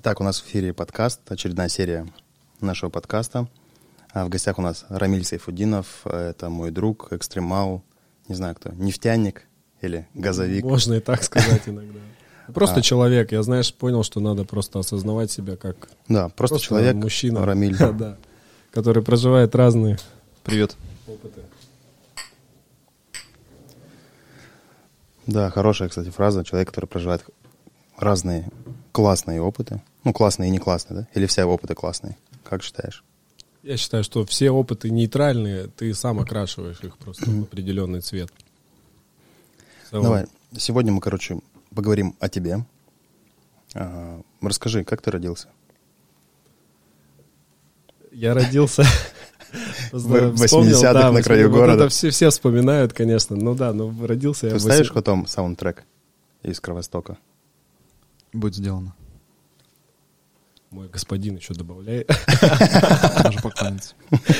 Так, у нас в эфире подкаст, очередная серия нашего подкаста. В гостях у нас Рамиль Сайфутдинов. Это мой друг, экстремал, не знаю кто, нефтяник или газовик. Можно и так сказать иногда. Просто человек. Я, знаешь, понял, что надо просто осознавать себя как... Да, просто человек, мужчина, Рамиль. Да, который проживает разные Привет. опыты. Да, хорошая, кстати, фраза. Человек, который проживает разные классные опыты. Ну, классные и не классные, да? Или все опыты классные? Как считаешь? Я считаю, что все опыты нейтральные, ты сам окрашиваешь их просто в определенный цвет. Давай, сегодня мы, поговорим о тебе. Расскажи, как ты родился? Я родился... В 80-х на краю города. Это все вспоминают, конечно. Ну да, но родился я... Ты вставишь потом саундтрек из Кровостока? Будет сделано. Мой господин еще добавляет. Можно поклониться.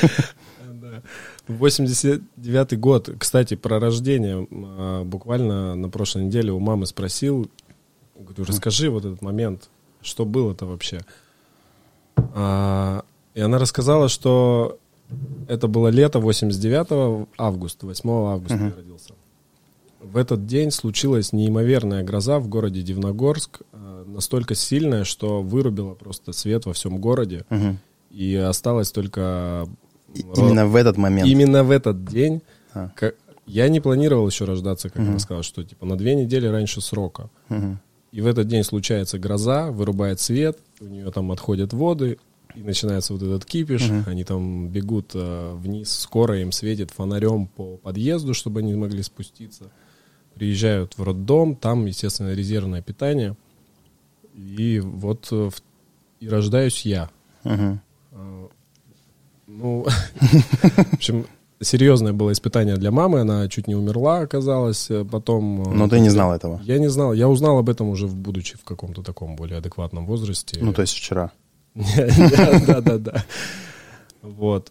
89-й год. Кстати, про рождение. Буквально на прошлой неделе у мамы спросил. Говорю, расскажи вот этот момент. Что было-то вообще? И она рассказала, что это было лето 89-го, августа, 8 августа я родился. В этот день случилась неимоверная гроза в городе Дивногорск, настолько сильная, что вырубила просто свет во всем городе, и осталось только... Именно в этот момент? Именно в этот день. Я не планировал еще рождаться, как она сказала, что типа на 2 недели раньше срока. И в этот день случается гроза, вырубает свет, у нее там отходят воды, и начинается вот этот кипиш, они там бегут вниз, скоро им светит фонарем по подъезду, чтобы они могли спуститься. Приезжают в роддом, там, естественно, резервное питание. И вот и рождаюсь я. Ну, в общем, серьезное было испытание для мамы, она чуть не умерла, оказалось, потом... Но ты не знал этого? Я не знал, я узнал об этом уже будучи в каком-то таком более адекватном возрасте. Ну, то есть вчера? Да. Вот.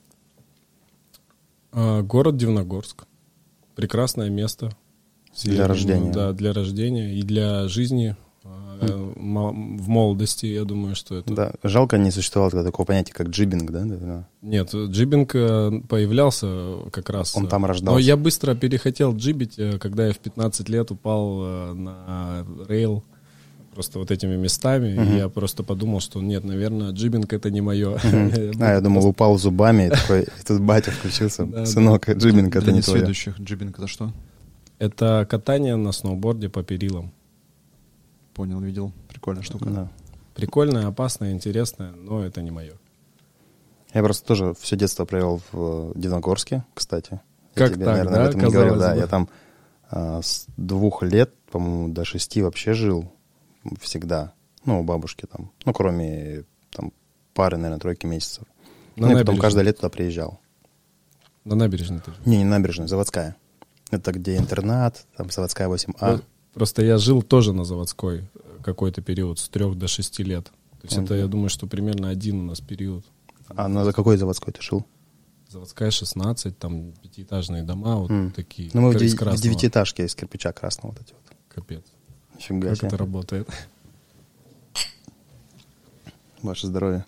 Город Дивногорск. Прекрасное место. Для рождения. Да, для рождения и для жизни в молодости, я думаю, что это... Да, жалко, не существовало тогда такого понятия, как джибинг, да? Нет, джибинг появлялся как раз... Он там рождался. Но я быстро перехотел джибить, когда я в 15 лет упал на рейл просто вот этими местами, и я просто подумал, что нет, наверное, джибинг — это не мое. Я думал, упал зубами, и тут батя включился. Сынок, джибинг — это не твое. Для несведущих, джибинг — это что? Это катание на сноуборде по перилам. Понял, видел. Прикольная штука. Да. Прикольная, опасная, интересная, но это не мое. Я просто тоже все детство провел в Дивногорске, кстати. Как я тебе, так, наверное, да? об этом не говорил. Да, Казалось бы. я там с 2 лет, по-моему, до 6 вообще жил всегда. Ну, у бабушки там. Ну, кроме там пары, наверное, 3 месяцев. На Ну, и потом набережной? каждое лето туда приезжал. На набережной ты жил? Не Набережная, Заводская. Это где интернат, там Заводская 8А. Просто я жил тоже на Заводской какой-то период, с 3 до 6 лет. То есть это, я думаю, что примерно один у нас период. А на какой Заводской ты жил? Заводская 16, там 5-этажные дома, вот такие. Ну, мы в из красного. 9-этажке из кирпича красного вот эти вот. Капец. Нифига Как себе. это работает? Ваше здоровье.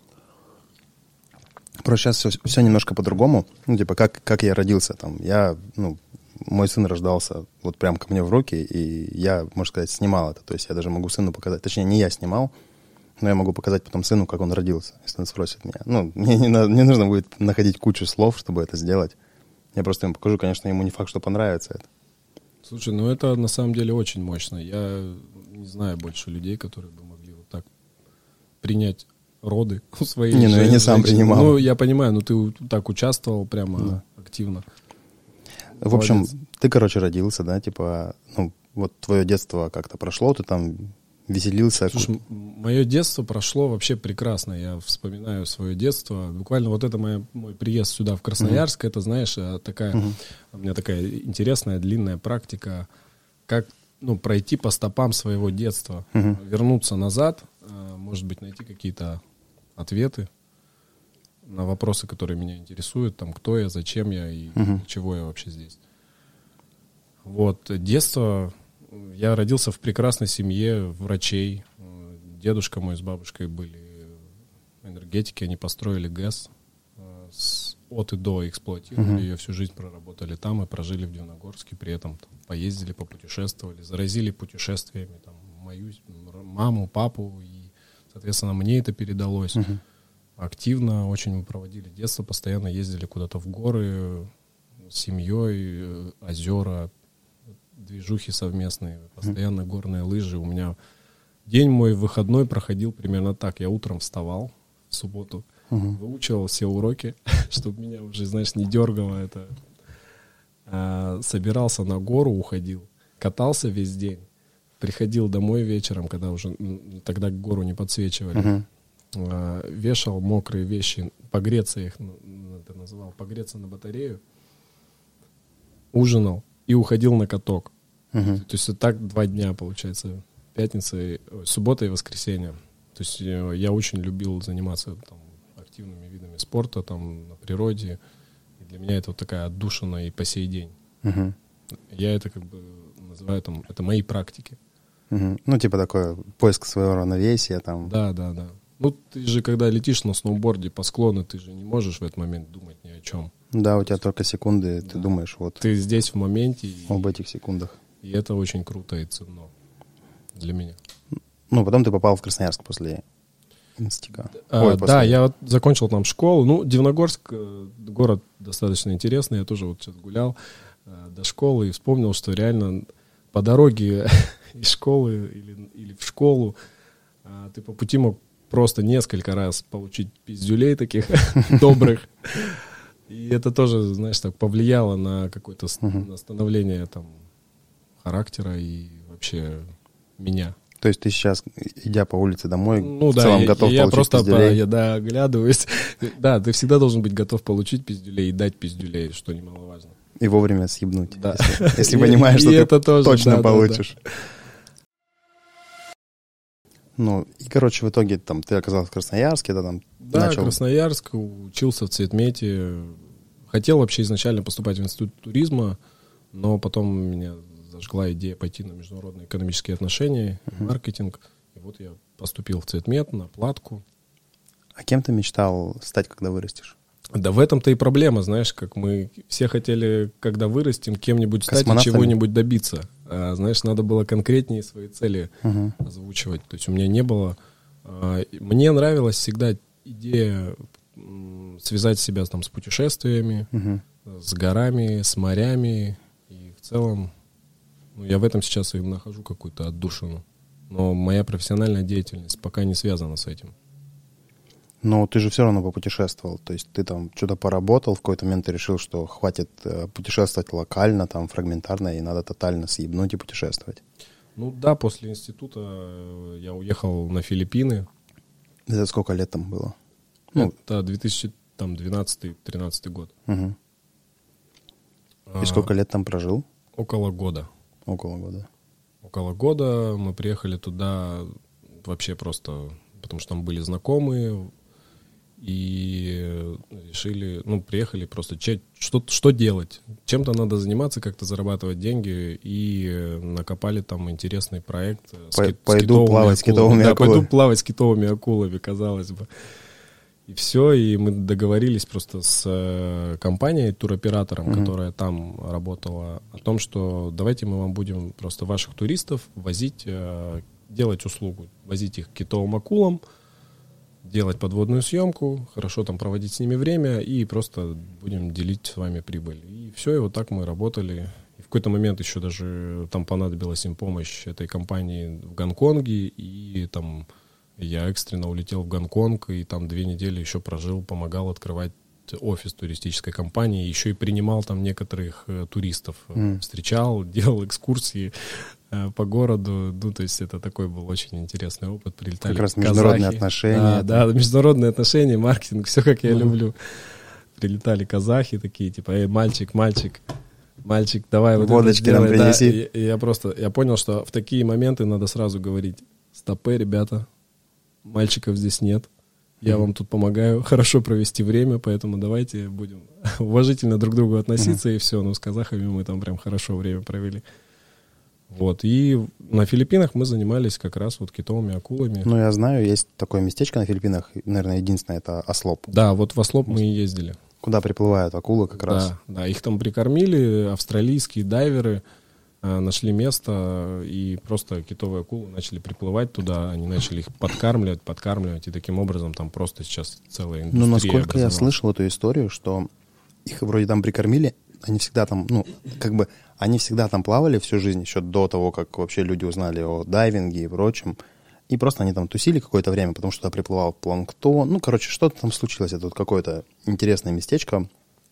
Просто сейчас все немножко по-другому. Ну, типа, как я родился там. Мой сын рождался вот прям ко мне в руки, и я, можно сказать, снимал это. То есть я даже могу сыну показать. Точнее, не я снимал, но я могу показать потом сыну, как он родился, если он спросит меня. Ну, мне не нужно будет находить кучу слов, чтобы это сделать. Я просто ему покажу, конечно, ему не факт, что понравится это. Слушай, ну это на самом деле очень мощно. Я не знаю больше людей, которые бы могли вот так принять роды у своей Не, ну я не сам женщины. принимал. Ну, я понимаю, но ты так участвовал прямо активно. В общем, Молодец. ты, родился, да, типа, вот твое детство как-то прошло, ты там веселился. Слушай, мое детство прошло вообще прекрасно. Я вспоминаю свое детство. Буквально вот это мой приезд сюда, в Красноярск, это, знаешь, у меня такая интересная, длинная практика, как пройти по стопам своего детства, вернуться назад, может быть, найти какие-то ответы на вопросы, которые меня интересуют, там, кто я, зачем я и для чего я вообще здесь. Вот, детство. Я родился в прекрасной семье врачей. дедушка мой с бабушкой были энергетики, они построили ГЭС, от и до эксплуатировали ее, всю жизнь проработали там и прожили в Дивногорске, при этом там, поездили, попутешествовали, заразили путешествиями там, мою маму, папу, и, соответственно, мне это передалось. Активно очень мы проводили детство, постоянно ездили куда-то в горы с семьей, озера, движухи совместные, постоянно горные лыжи. У меня день мой выходной проходил примерно так. Я утром вставал в субботу, выучивал все уроки, чтобы меня уже, знаешь, не дергало это. Собирался на гору, уходил, катался весь день, приходил домой вечером, когда уже тогда гору не подсвечивали, вешал мокрые вещи, погреться их, это называл, погреться на батарею, ужинал и уходил на каток. То есть вот так 2 дня, получается, пятница, суббота и воскресенье. То есть я очень любил заниматься там активными видами спорта, там, на природе. И для меня это вот такая отдушина и по сей день. Я это как бы называю там, это мои практики. Ну, типа такой поиск своего равновесия там. Да. Ну, ты же, когда летишь на сноуборде по склону, ты же не можешь в этот момент думать ни о чем. Да, у тебя только секунды, ты думаешь вот ты здесь в моменте. об этих секундах. И это очень круто и ценно для меня. Ну, потом ты попал в Красноярск после института. Да, я вот закончил там школу. Ну, Дивногорск, город достаточно интересный. Я тоже вот сейчас гулял до школы и вспомнил, что реально по дороге из школы или в школу ты по пути мог просто несколько раз получить пиздюлей таких добрых. И это тоже, знаешь, так повлияло на какое-то становление там характера и вообще меня. То есть ты сейчас, идя по улице домой, ну, в целом готов я получить просто пиздюлей? Я оглядываюсь. Да, ты всегда должен быть готов получить пиздюлей и дать пиздюлей, что немаловажно. И вовремя съебнуть, да. если понимаешь, что ты тоже, точно да, получишь. Да. Ну, и, короче, в итоге там ты оказался в Красноярске, да, там начал... Красноярск, учился в цветмете. Хотел вообще изначально поступать в институт туризма, но потом меня зажгла идея пойти на международные экономические отношения, маркетинг. И вот я поступил в цветмет, на платку. А кем ты мечтал стать, когда вырастешь? Да в этом-то и проблема, знаешь, как мы все хотели, когда вырастем, кем-нибудь стать и чего-нибудь добиться. А, знаешь, надо было конкретнее свои цели озвучивать. То есть у меня не было... Мне нравилась всегда идея связать себя там с путешествиями, с горами, с морями. И в целом я в этом сейчас и нахожу какую-то отдушину. Но моя профессиональная деятельность пока не связана с этим. Но ты же все равно попутешествовал, то есть ты там что-то поработал, в какой-то момент ты решил, что хватит путешествовать локально, там, фрагментарно, и надо тотально съебнуть и путешествовать. Ну да, после института я уехал на Филиппины. Это сколько лет там было? Это 2012-2013 год. И сколько лет там прожил? Около года. Около года. Около года мы приехали туда вообще просто, потому что там были знакомые, и решили, приехали просто, что делать? Чем-то надо заниматься, как-то зарабатывать деньги, и накопали там интересный проект. Пойду плавать с китовыми акулами. Да, пойду плавать с китовыми акулами, казалось бы. И все, и мы договорились просто с компанией, туроператором, которая там работала, о том, что давайте мы вам будем просто ваших туристов возить, делать услугу, возить их к китовым акулам, делать подводную съемку, хорошо там проводить с ними время и просто будем делить с вами прибыль. И все, и вот так мы работали. И в какой-то момент еще даже там понадобилась им помощь этой компании в Гонконге, и там я экстренно улетел в Гонконг, и там 2 недели еще прожил, помогал открывать офис туристической компании, еще и принимал там некоторых туристов, встречал, делал экскурсии по городу. Ну, то есть это такой был очень интересный опыт. Прилетали как раз международные отношения. Да, международные отношения, маркетинг, все как я люблю. Прилетали казахи такие, типа, мальчик, давай вот водочки нам принеси. Да, я понял, что в такие моменты надо сразу говорить: стопы, ребята, мальчиков здесь нет. Я вам тут помогаю хорошо провести время, поэтому давайте будем уважительно друг к другу относиться, и все. Ну, с казахами мы там прям хорошо время провели. Вот. И на Филиппинах мы занимались как раз вот китовыми акулами. Ну, я знаю, есть такое местечко на Филиппинах, наверное, единственное, это Ослоп. Да, вот в Ослоп мы и ездили. Куда приплывают акулы как раз. Да, их там прикормили, австралийские дайверы нашли место, и просто китовые акулы начали приплывать туда, они начали их подкармливать, и таким образом там просто сейчас целая индустрия. Ну, насколько я слышал эту историю, что их вроде там прикормили, они всегда там, ну, как бы, они всегда там плавали всю жизнь, еще до того, как вообще люди узнали о дайвинге и прочем. И просто они там тусили какое-то время, потому что туда приплывал планктон. Ну, короче, что-то там случилось. Это вот какое-то интересное местечко.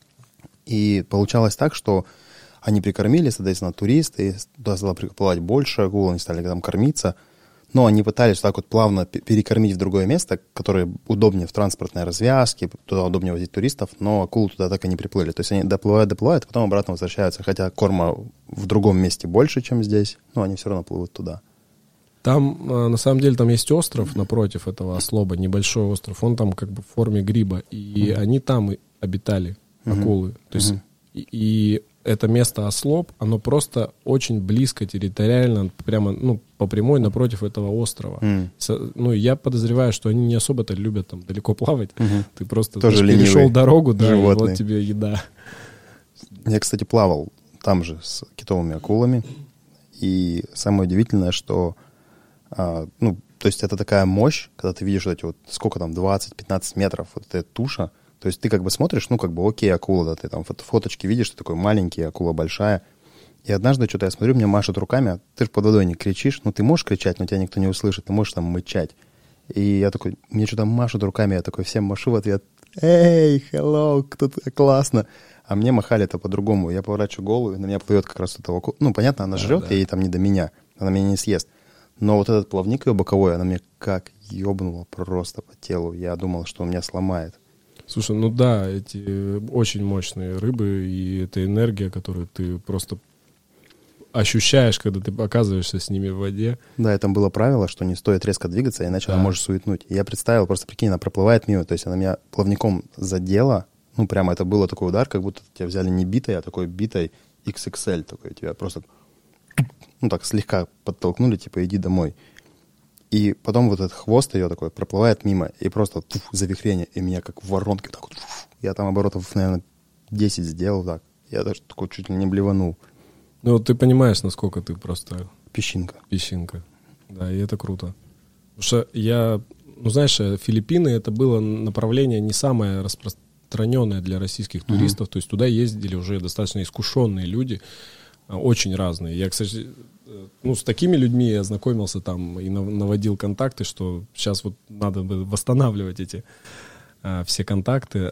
И получалось так, что они прикормили, соответственно, туристы. Туда стало приплывать больше акул, они стали там кормиться. Но они пытались так вот плавно перекормить в другое место, которое удобнее в транспортной развязке, туда удобнее возить туристов, но акулы туда так и не приплыли. То есть они доплывают, а потом обратно возвращаются. Хотя корма в другом месте больше, чем здесь, но они все равно плывут туда. Там, на самом деле, там есть остров напротив этого Ослоба, небольшой остров. Он там как бы в форме гриба. И они там и обитали, акулы. То есть, и это место Ослоб, оно просто очень близко территориально, прямо, ну, по прямой напротив этого острова. Ну, я подозреваю, что они не особо-то любят там далеко плавать. Ты просто перешел дорогу, да, и вот тебе еда. Я, кстати, плавал там же с китовыми акулами. И самое удивительное, что ну, то есть это такая мощь, когда ты видишь вот эти вот, сколько там, 20-15 метров, вот эта туша. То есть ты как бы смотришь, ну, как бы, окей, акула, да, ты там фоточки видишь, что такой маленький, акула большая. И однажды что-то я смотрю, мне машут руками, а ты же под водой не кричишь. Ну, ты можешь кричать, но тебя никто не услышит, ты можешь там мычать. И я такой, мне что-то машут руками, я такой всем машу в ответ, эй, hello, кто-то, классно. А мне махали-то по-другому. Я поворачиваю голову, и на меня плывет как раз этого акула. Ну, понятно, она жрет, и ей там не до меня, она меня не съест. Но вот этот плавник ее боковой, она мне как ёбнула просто по телу. Я думал, что он меня сломает. Слушай, ну да, эти очень мощные рыбы, и эта энергия, которую ты просто ощущаешь, когда ты оказываешься с ними в воде. Да, и там было правило, что не стоит резко двигаться, иначе она может суетнуть. И я представил, просто прикинь, она проплывает мимо, то есть она меня плавником задела. Ну, прямо это было такой удар, как будто тебя взяли не битой, а такой битой XXL. Такой, тебя просто... Ну, так слегка подтолкнули, типа, иди домой. И потом вот этот хвост ее такой проплывает мимо, и просто завихрение, и меня как в воронке так вот. Я там оборотов, наверное, 10 сделал так. Я даже такой чуть ли не блеванул. Ну, ты понимаешь, насколько ты просто... Песчинка. Песчинка. Да, и это круто. Потому что я... Ну, знаешь, Филиппины — это было направление не самое распространенное для российских туристов. То есть туда ездили уже достаточно искушенные люди, очень разные. Я, кстати, ну, с такими людьми я знакомился там и наводил контакты, что сейчас вот надо бы восстанавливать эти все контакты.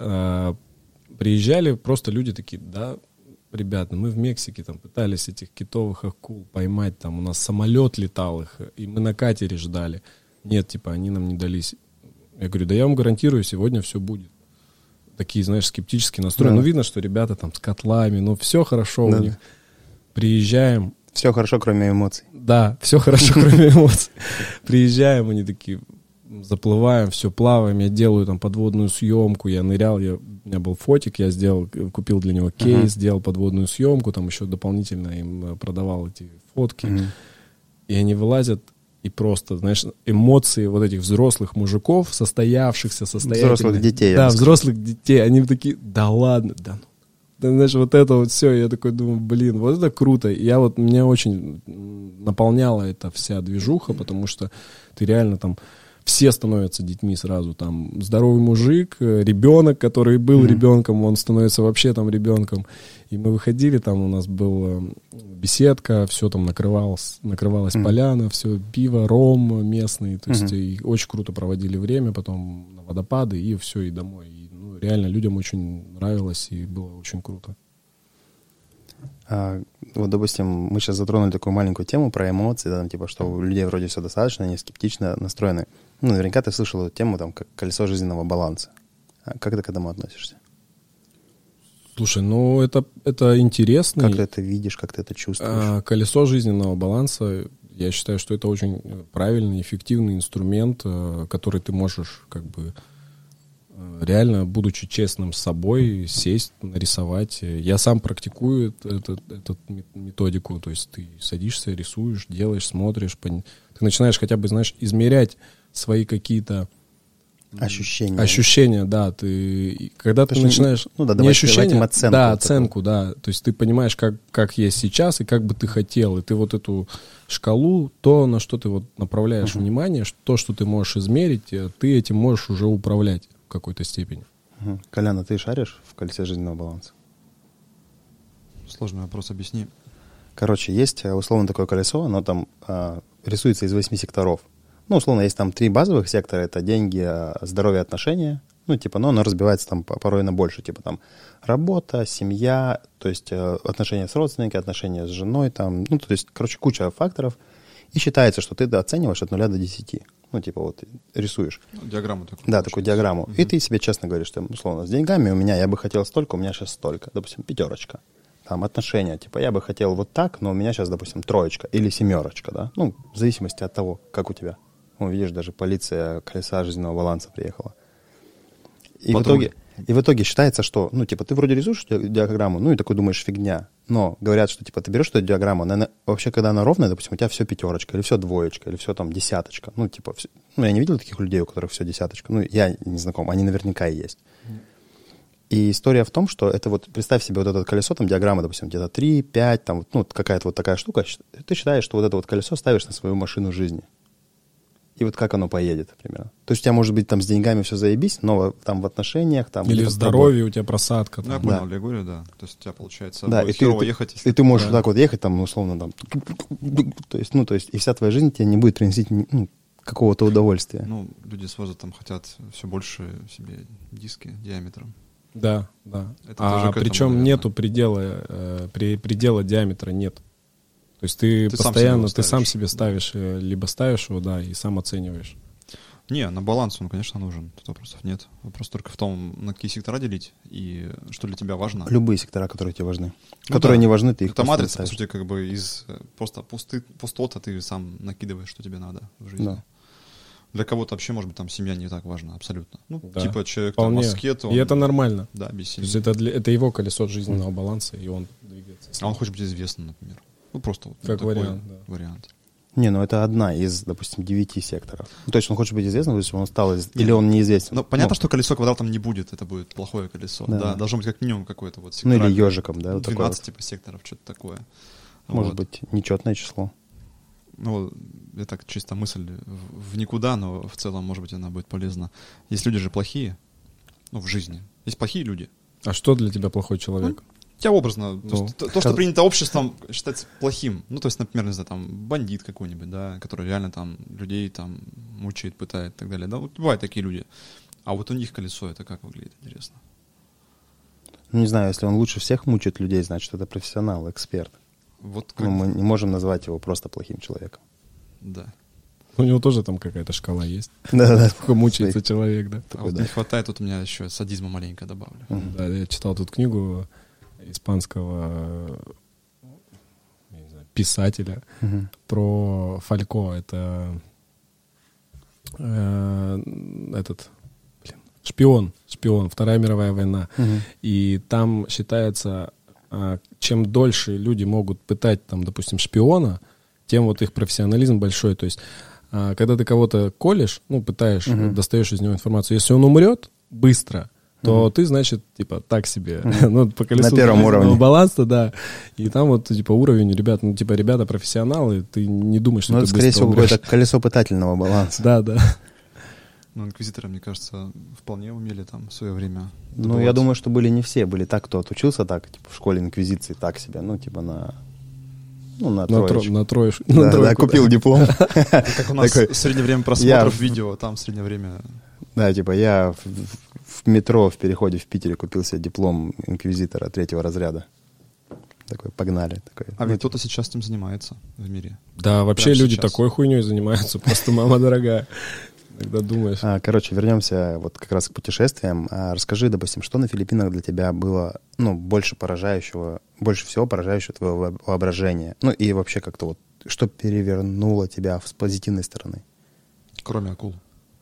Приезжали просто люди такие, да, ребята, мы в Мексике там пытались этих китовых акул поймать, там у нас самолет летал их, и мы на катере ждали. Нет, типа, они нам не дались. Я говорю, да я вам гарантирую, сегодня все будет. Такие, знаешь, скептические настрои. Ну, видно, что ребята там с котлами, ну, все хорошо у них. Приезжаем. Все хорошо, кроме эмоций. Да, все хорошо, кроме эмоций. Приезжаем, они такие, заплываем, все, плаваем, я делаю там подводную съемку, я нырял, у меня был фотик, я сделал, купил для него кейс, сделал подводную съемку, там еще дополнительно им продавал эти фотки. И они вылазят, и просто, знаешь, эмоции вот этих взрослых мужиков, состоявшихся, взрослых детей. Да, взрослых детей, они такие, да ладно, да ну. Знаешь, вот это вот все, я такой думаю, блин, вот это круто. И я вот, меня очень наполняла эта вся движуха, потому что ты реально там, все становятся детьми сразу. Там здоровый мужик, ребенок, который был ребенком, он становится вообще там ребенком. И мы выходили, там у нас была беседка, все там накрывалась поляна, все пиво, ром местный. То есть и очень круто проводили время, потом на водопады, и все, и домой. И, ну, реально людям очень нравилось, и было очень круто. Вот, допустим, мы сейчас затронули такую маленькую тему про эмоции, да, там, типа, что у людей вроде все достаточно, они скептично настроены. Ну, наверняка ты слышал эту тему, там, как колесо жизненного баланса. Как ты к этому относишься? Слушай, ну, это интересно. Как ты это видишь, как ты это чувствуешь? Колесо жизненного баланса, я считаю, что это очень правильный, эффективный инструмент, который ты можешь, как бы, реально, будучи честным с собой, сесть, нарисовать. Я сам практикую эту методику, то есть ты садишься, рисуешь, делаешь, смотришь, ты начинаешь хотя бы, знаешь, измерять свои какие-то ощущения, да. Когда ты начинаешь... не ощущения, оценку. Да, оценку, да. То есть ты понимаешь, как есть сейчас и как бы ты хотел. И ты вот эту шкалу, то, на что ты вот направляешь внимание, то, что ты можешь измерить, ты этим можешь уже управлять в какой-то степени. Колян, а ты шаришь в колесе жизненного баланса? Сложный вопрос, объясни. Короче, есть условно такое колесо, оно там рисуется из 8 секторов. Ну, условно, есть там 3 базовых сектора, это деньги, здоровье, отношения. Ну, типа, но оно разбивается там порой на больше, типа там работа, семья, то есть отношения с родственниками, отношения с женой, там, ну, то есть, короче, куча факторов. И считается, что ты оцениваешь от 0 до 10. Ну, типа, вот, рисуешь. Диаграмму такую. Да, такую диаграмму. И ты себе честно говоришь, что, условно, с деньгами у меня, я бы хотел столько, у меня сейчас столько. Допустим, 5. Там отношения, типа, я бы хотел вот так, но у меня сейчас, допустим, 3 или 7, да. Ну, в зависимости от того, как у тебя. Ну, видишь, даже полиция колеса жизненного баланса приехала. И в итоге считается, что, ну, типа, ты вроде рисуешь диаграмму, ну, и такой думаешь, фигня. Но говорят, что, типа, ты берешь эту диаграмму, она, вообще, когда она ровная, допустим, у тебя все 5, или все 2, или все там 10. Ну, типа, ну, я не видел таких людей, у которых все 10. Ну, я не знаком, они наверняка и есть. И история в том, что это вот, представь себе вот это колесо, там диаграмма, допустим, где-то 3, 5, там, ну, какая-то вот такая штука. Ты считаешь, что вот это вот колесо ставишь на свою машину жизни. И вот как оно поедет, примерно. То есть у тебя, может быть, там с деньгами все заебись, но там в отношениях... там или в здоровье у тебя просадка. Ну, я понял, аллегорию, да. То есть у тебя, получается, да, будет херово ехать. И ты можешь вот так вот ехать, там, условно, там... То есть, и вся твоя жизнь тебе не будет приносить какого-то удовольствия. Ну, люди с возрастом хотят все больше себе диски диаметром. Да, да. Это причем нету предела диаметра нет. То есть ты постоянно, ты сам себе ставишь, либо ставишь его, да, и сам оцениваешь. Не, на баланс он, конечно, нужен. Тут вопросов нет. Вопрос только в том, на какие сектора делить и что для тебя важно. Любые сектора, которые тебе важны. Ну, которые не важны, ты их это матрица, по сути, как бы из просто пустота ты сам накидываешь, что тебе надо в жизни. Да. Для кого-то вообще, может быть, там семья не так важна, абсолютно. Ну, да. Типа человек там аскет. И это нормально. Да, без семьи. То есть это его колесо жизненного баланса, и он двигается. А он хочет быть известным, например. Ну, просто вот как такой вариант. Не, ну это одна из, допустим, 9 секторов. Ну, то есть он хочет быть известным, то есть он стал или он неизвестен. Ну, понятно, что колесо квадратом не будет, это будет плохое колесо. Да. Должно быть как минимум какое-то вот сектор. Ну, или ежиком, да. 12 вот типа секторов, что-то такое. Может быть, нечетное число. Ну, это так чисто мысль в никуда, но в целом, может быть, она будет полезна. Есть люди же плохие, ну, в жизни. Есть плохие люди. А что для тебя плохой человек? Я образно. То, что принято обществом, считается плохим. Ну, то есть, например, не знаю, там, бандит какой-нибудь, да, который реально там людей там мучает, пытает и так далее. Да, вот бывают такие люди. А вот у них колесо, это как выглядит, интересно? Ну, не знаю, если он лучше всех мучает людей, значит, это профессионал, эксперт. Вот как... Ну, мы не можем назвать его просто плохим человеком. Да. У него тоже там какая-то шкала есть. Да. Сколько мучается человек, да. А вот не хватает, тут у меня еще садизма маленько добавлю. Да, я читал тут книгу испанского писателя про Фалько. Это шпион, Вторая мировая война. И там считается, чем дольше люди могут пытать, там, допустим, шпиона, тем вот их профессионализм большой. То есть, когда ты кого-то колешь, ну, пытаешь, достаешь из него информацию, если он умрет быстро, то ты, значит, типа, так себе. Ну, по колесу на первом уровне баланса, да. И там вот, типа, уровень ребят, ну, типа, ребята профессионалы, ты не думаешь, что ты быстро умрешь. Скорее всего, какое-то колесо пытательного баланса. Да, да. Ну, инквизиторы, мне кажется, вполне умели там в свое время. Ну, я думаю, что были не все. Были так, кто отучился так, типа, в школе инквизиции так себе, ну, типа, на троечку. Да, купил диплом. Как у нас среднее время просмотров видео, там среднее время... Да, типа, я в метро, в переходе в Питере купил себе диплом инквизитора 3-го разряда. Такой, погнали. А ведь кто-то сейчас этим занимается в мире. Да, вообще люди такой хуйней занимаются, просто мама дорогая. Иногда думаешь. Короче, вернемся вот как раз к путешествиям. Расскажи, допустим, что на Филиппинах для тебя было, ну, больше всего поражающего твоего воображения? Ну, и вообще как-то вот, что перевернуло тебя с позитивной стороны? Кроме акул.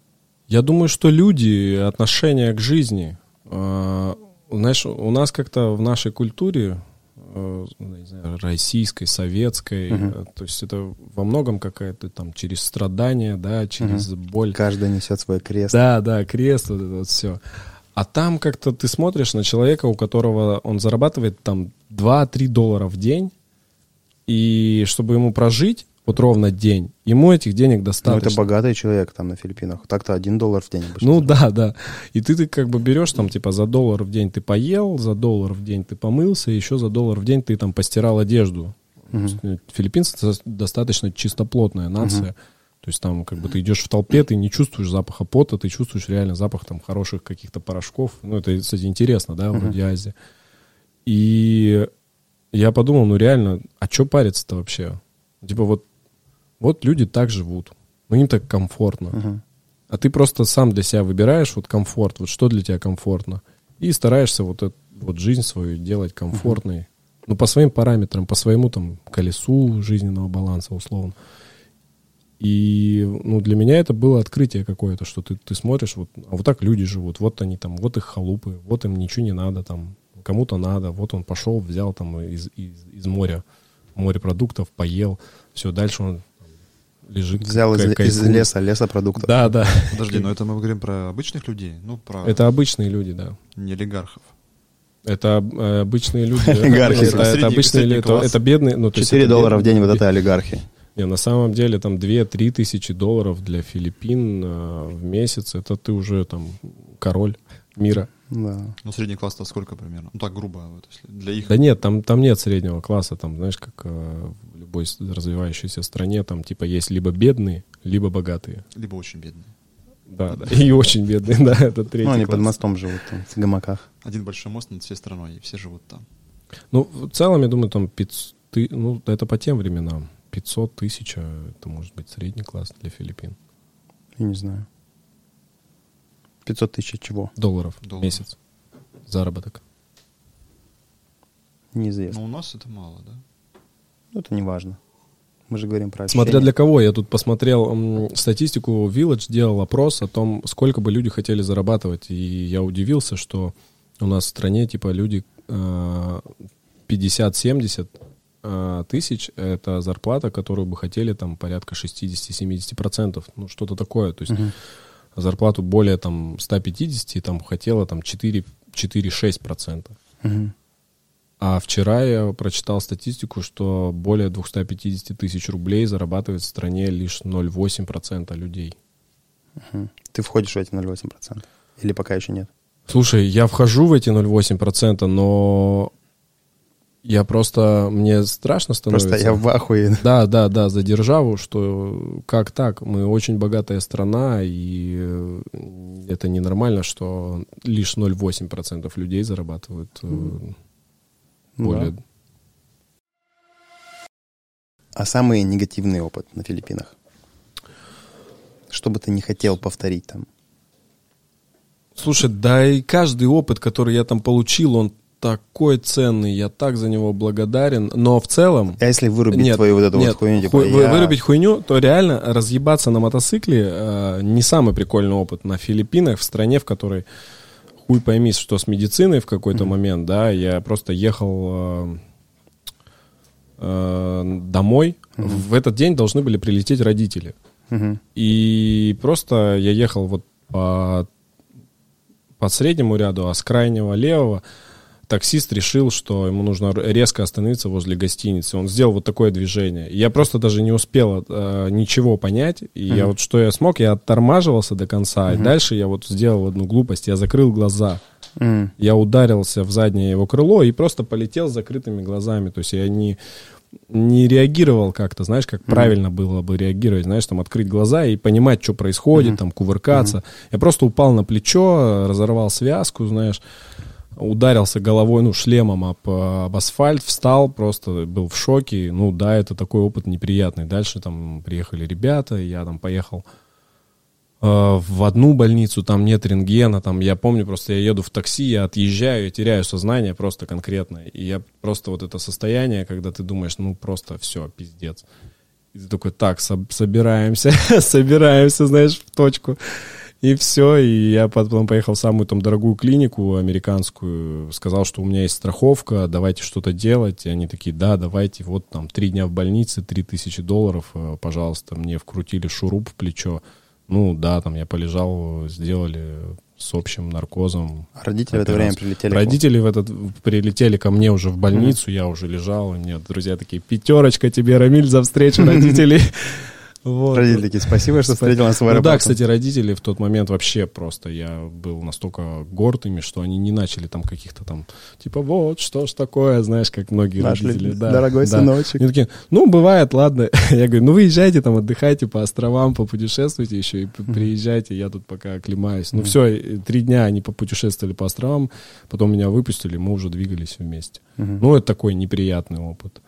Я думаю, что люди, отношение к жизни. Знаешь, у нас как-то в нашей культуре, не знаю, российской, советской, то есть это во многом какая-то там через страдания, да, через боль. Каждый несет свой крест. Да, крест, вот это вот все. А там как-то ты смотришь на человека, у которого он зарабатывает там $2-3 в день, и чтобы ему прожить вот ровно день, ему этих денег достаточно. Ну, это богатый человек там на Филиппинах. Так-то $1 в день обычно. Ну, да. И ты как бы берешь там, типа, за $1 в день ты поел, за $1 в день ты помылся, еще за $1 в день ты там постирал одежду. Филиппинцы достаточно чистоплотная нация. То есть там как бы ты идешь в толпе, ты не чувствуешь запаха пота, ты чувствуешь реально запах там хороших каких-то порошков. Ну, это, кстати, интересно, да, вроде Азии. И я подумал, ну, реально, а что париться-то вообще? Типа вот люди так живут, ну им так комфортно. А ты просто сам для себя выбираешь вот комфорт, вот что для тебя комфортно. И стараешься вот жизнь свою делать комфортной. Ну, по своим параметрам, по своему там колесу жизненного баланса, условно. И ну, для меня это было открытие какое-то, что ты смотришь, а вот так люди живут, вот они там, вот их халупы, вот им ничего не надо там, кому-то надо, вот он пошел, взял там из морепродуктов, поел, все, дальше он лежит. Взял из лесопродуктов. Да. Подожди, но это мы говорим про обычных людей? Это обычные люди, да. Не олигархов. Это обычные люди. Олигархи. Это обычные люди, это бедные. $4 в день, вот это олигархи. Не, на самом деле там 2-3 тысячи долларов для Филиппин в месяц, это ты уже там король мира. Да. Ну, средний класс-то сколько примерно? Ну, так грубо. Вот, если для их... Да нет, там нет среднего класса. Там, знаешь, как в любой развивающейся стране, там типа есть либо бедные, либо богатые. Либо очень бедные. Да, и очень бедные, да, это третий класс. Ну, они под мостом живут, там, в гамаках. Один большой мост над всей страной, и все живут там. Ну, в целом, я думаю, там 500, ну, это по тем временам. 500 тысяч, это может быть средний класс для Филиппин. Я не знаю. 500 тысяч чего? Долларов в месяц. Заработок. Неизвестно. Но у нас это мало, да? Ну, это не важно. Мы же говорим про ощущения. Смотря для кого. Я тут посмотрел статистику. Village делал опрос о том, сколько бы люди хотели зарабатывать. И я удивился, что у нас в стране типа люди 50-70 тысяч — это зарплата, которую бы хотели там порядка 60-70%. Ну, что-то такое. То есть зарплату более там 150 там хотела там 4-6%. А вчера я прочитал статистику, что более 250 тысяч рублей зарабатывает в стране лишь 0,8% людей. Ты входишь в эти 0,8%? Или пока еще нет? Слушай, я вхожу в эти 0,8%, но я просто... Мне страшно становится. Просто я в ахуе. Да, за державу, что как так? Мы очень богатая страна, и это ненормально, что лишь 0,8% людей зарабатывают более... Да. А самый негативный опыт на Филиппинах? Что бы ты не хотел повторить там? Слушай, да и каждый опыт, который я там получил, он такой ценный, я так за него благодарен, но в целом... А если вырубить твою вот эту вот хуйню? Типа, вырубить хуйню, то реально разъебаться на мотоцикле не самый прикольный опыт на Филиппинах, в стране, в которой хуй пойми, что с медициной в какой-то момент, да, я просто ехал домой, в этот день должны были прилететь родители, и просто я ехал вот по среднему ряду, а с крайнего левого таксист решил, что ему нужно резко остановиться возле гостиницы. Он сделал вот такое движение. Я просто даже не успел ничего понять. И я вот что я смог, я оттормаживался до конца. И дальше я вот сделал одну глупость. Я закрыл глаза. Я ударился в заднее его крыло и просто полетел с закрытыми глазами. То есть я не реагировал как-то, знаешь, как правильно было бы реагировать, знаешь, там открыть глаза и понимать, что происходит, там кувыркаться. Я просто упал на плечо, разорвал связку, знаешь, ударился головой, ну, шлемом об асфальт, встал, просто был в шоке. Ну, да, это такой опыт неприятный. Дальше там приехали ребята, я там поехал в одну больницу, там нет рентгена, там, я помню, просто я еду в такси, я отъезжаю, я теряю сознание просто конкретно. И я просто вот это состояние, когда ты думаешь, ну, просто все, пиздец. И ты такой, так, собираемся, знаешь, в точку. И все, и я потом поехал в самую там дорогую клинику американскую, сказал, что у меня есть страховка, давайте что-то делать. И они такие, да, давайте, вот там 3 дня в больнице, $3000, пожалуйста, мне вкрутили шуруп в плечо. Ну да, там я полежал, сделали с общим наркозом. А родители в это время прилетели? Родители прилетели ко мне уже в больницу, я уже лежал, и мне друзья такие, 5 тебе, Рамиль, за встречу родителей. Вот. Родители такие, спасибо, что встретил нас в аэропорту. Ну да, кстати, родители в тот момент вообще просто, я был настолько горд ими, что они не начали там каких-то там, типа, вот, что ж такое, знаешь, как многие родители. Да, дорогой сыночек. Они такие, ну, бывает, ладно. Я говорю, ну, вы езжайте там, отдыхайте по островам, попутешествуйте еще и приезжайте, я тут пока оклемаюсь. Ну, все, 3 дня они попутешествовали по островам, потом меня выпустили, мы уже двигались вместе. Ну, это такой неприятный опыт.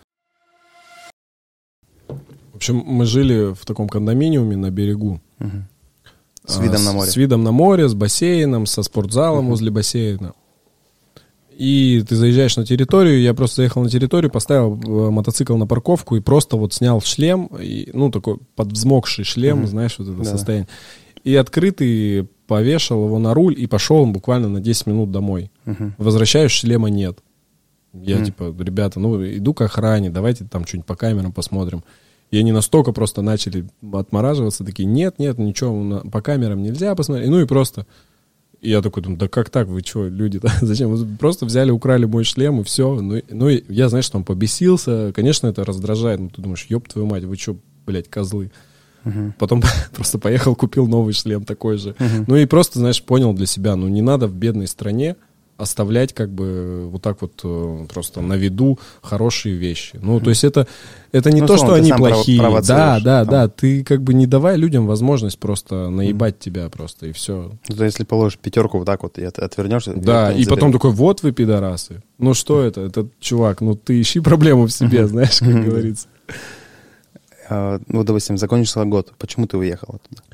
В общем, мы жили в таком кондоминиуме на берегу. С видом на море. С видом на море, с бассейном, со спортзалом возле бассейна. И ты заезжаешь на территорию, я просто заехал на территорию, поставил мотоцикл на парковку и просто вот снял шлем, и, ну, такой подвзмокший шлем, знаешь, вот это состояние. И открытый повешал его на руль и пошел буквально на 10 минут домой. Возвращаюсь, шлема нет. Я типа, ребята, ну, иду к охране, давайте там что-нибудь по камерам посмотрим. И они настолько просто начали отмораживаться, такие, нет, ничего, по камерам нельзя посмотреть. Ну и просто, и я такой думаю, да как так, вы что, люди-то, зачем? Вы просто взяли, украли мой шлем и все. Ну и я, знаешь, там побесился, конечно, это раздражает, но ты думаешь, ёб твою мать, вы что, блядь, козлы. Потом просто поехал, купил новый шлем такой же. Ну и просто, знаешь, понял для себя, ну не надо в бедной стране оставлять как бы вот так вот просто на виду хорошие вещи. Ну, то есть это не то, что они плохие. Да, ты как бы не давай людям возможность просто наебать тебя просто, и все. Ну, если положишь 5 вот так вот и отвернешься. Да, и потом такой, вот вы пидорасы. Ну, что это? Этот чувак, ну, ты ищи проблему в себе, знаешь, как говорится. Ну, допустим, закончился год. Почему ты уехал оттуда?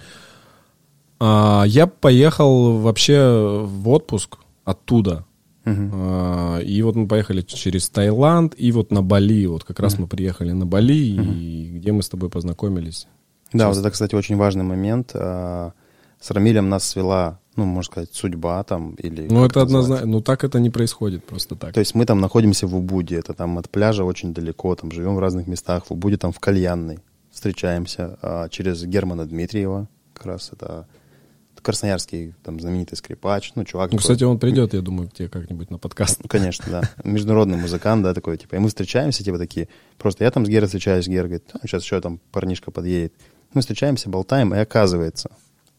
Я поехал вообще в отпуск оттуда. И вот мы поехали через Таиланд и вот на Бали. Вот как раз мы приехали на Бали, и где мы с тобой познакомились. Да, вот это, кстати, очень важный момент. С Рамилем нас свела, ну, можно сказать, судьба там или... Ну, это однозначно. Ну, так это не происходит просто так. То есть мы там находимся в Убуде. Это там от пляжа очень далеко. Там живем в разных местах. В Убуде там в Кальянной встречаемся через Германа Дмитриева. Как раз это... Красноярский, там, знаменитый скрипач, ну, чувак. Ну, кстати, он придет, я думаю, к тебе как-нибудь на подкаст. Ну, конечно, да. Международный музыкант, да, такой, типа, и мы встречаемся, типа, такие, просто я там с Герой встречаюсь, Гера говорит, сейчас еще там парнишка подъедет. Мы встречаемся, болтаем, и оказывается,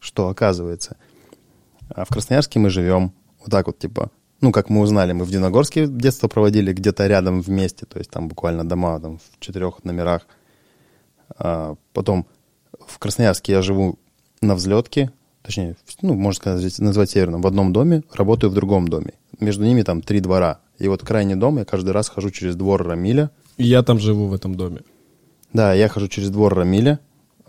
в Красноярске мы живем, вот так вот, типа, ну, как мы узнали, мы в Дивногорске детство проводили где-то рядом вместе, то есть там буквально дома там в 4 номерах. Потом в Красноярске я живу на Взлетке, точнее, ну, можно сказать, назвать северным, в одном доме, работаю в другом доме. Между ними там 3 двора. И вот крайний дом, я каждый раз хожу через двор Рамиля. И я там живу в этом доме. Да, я хожу через двор Рамиля.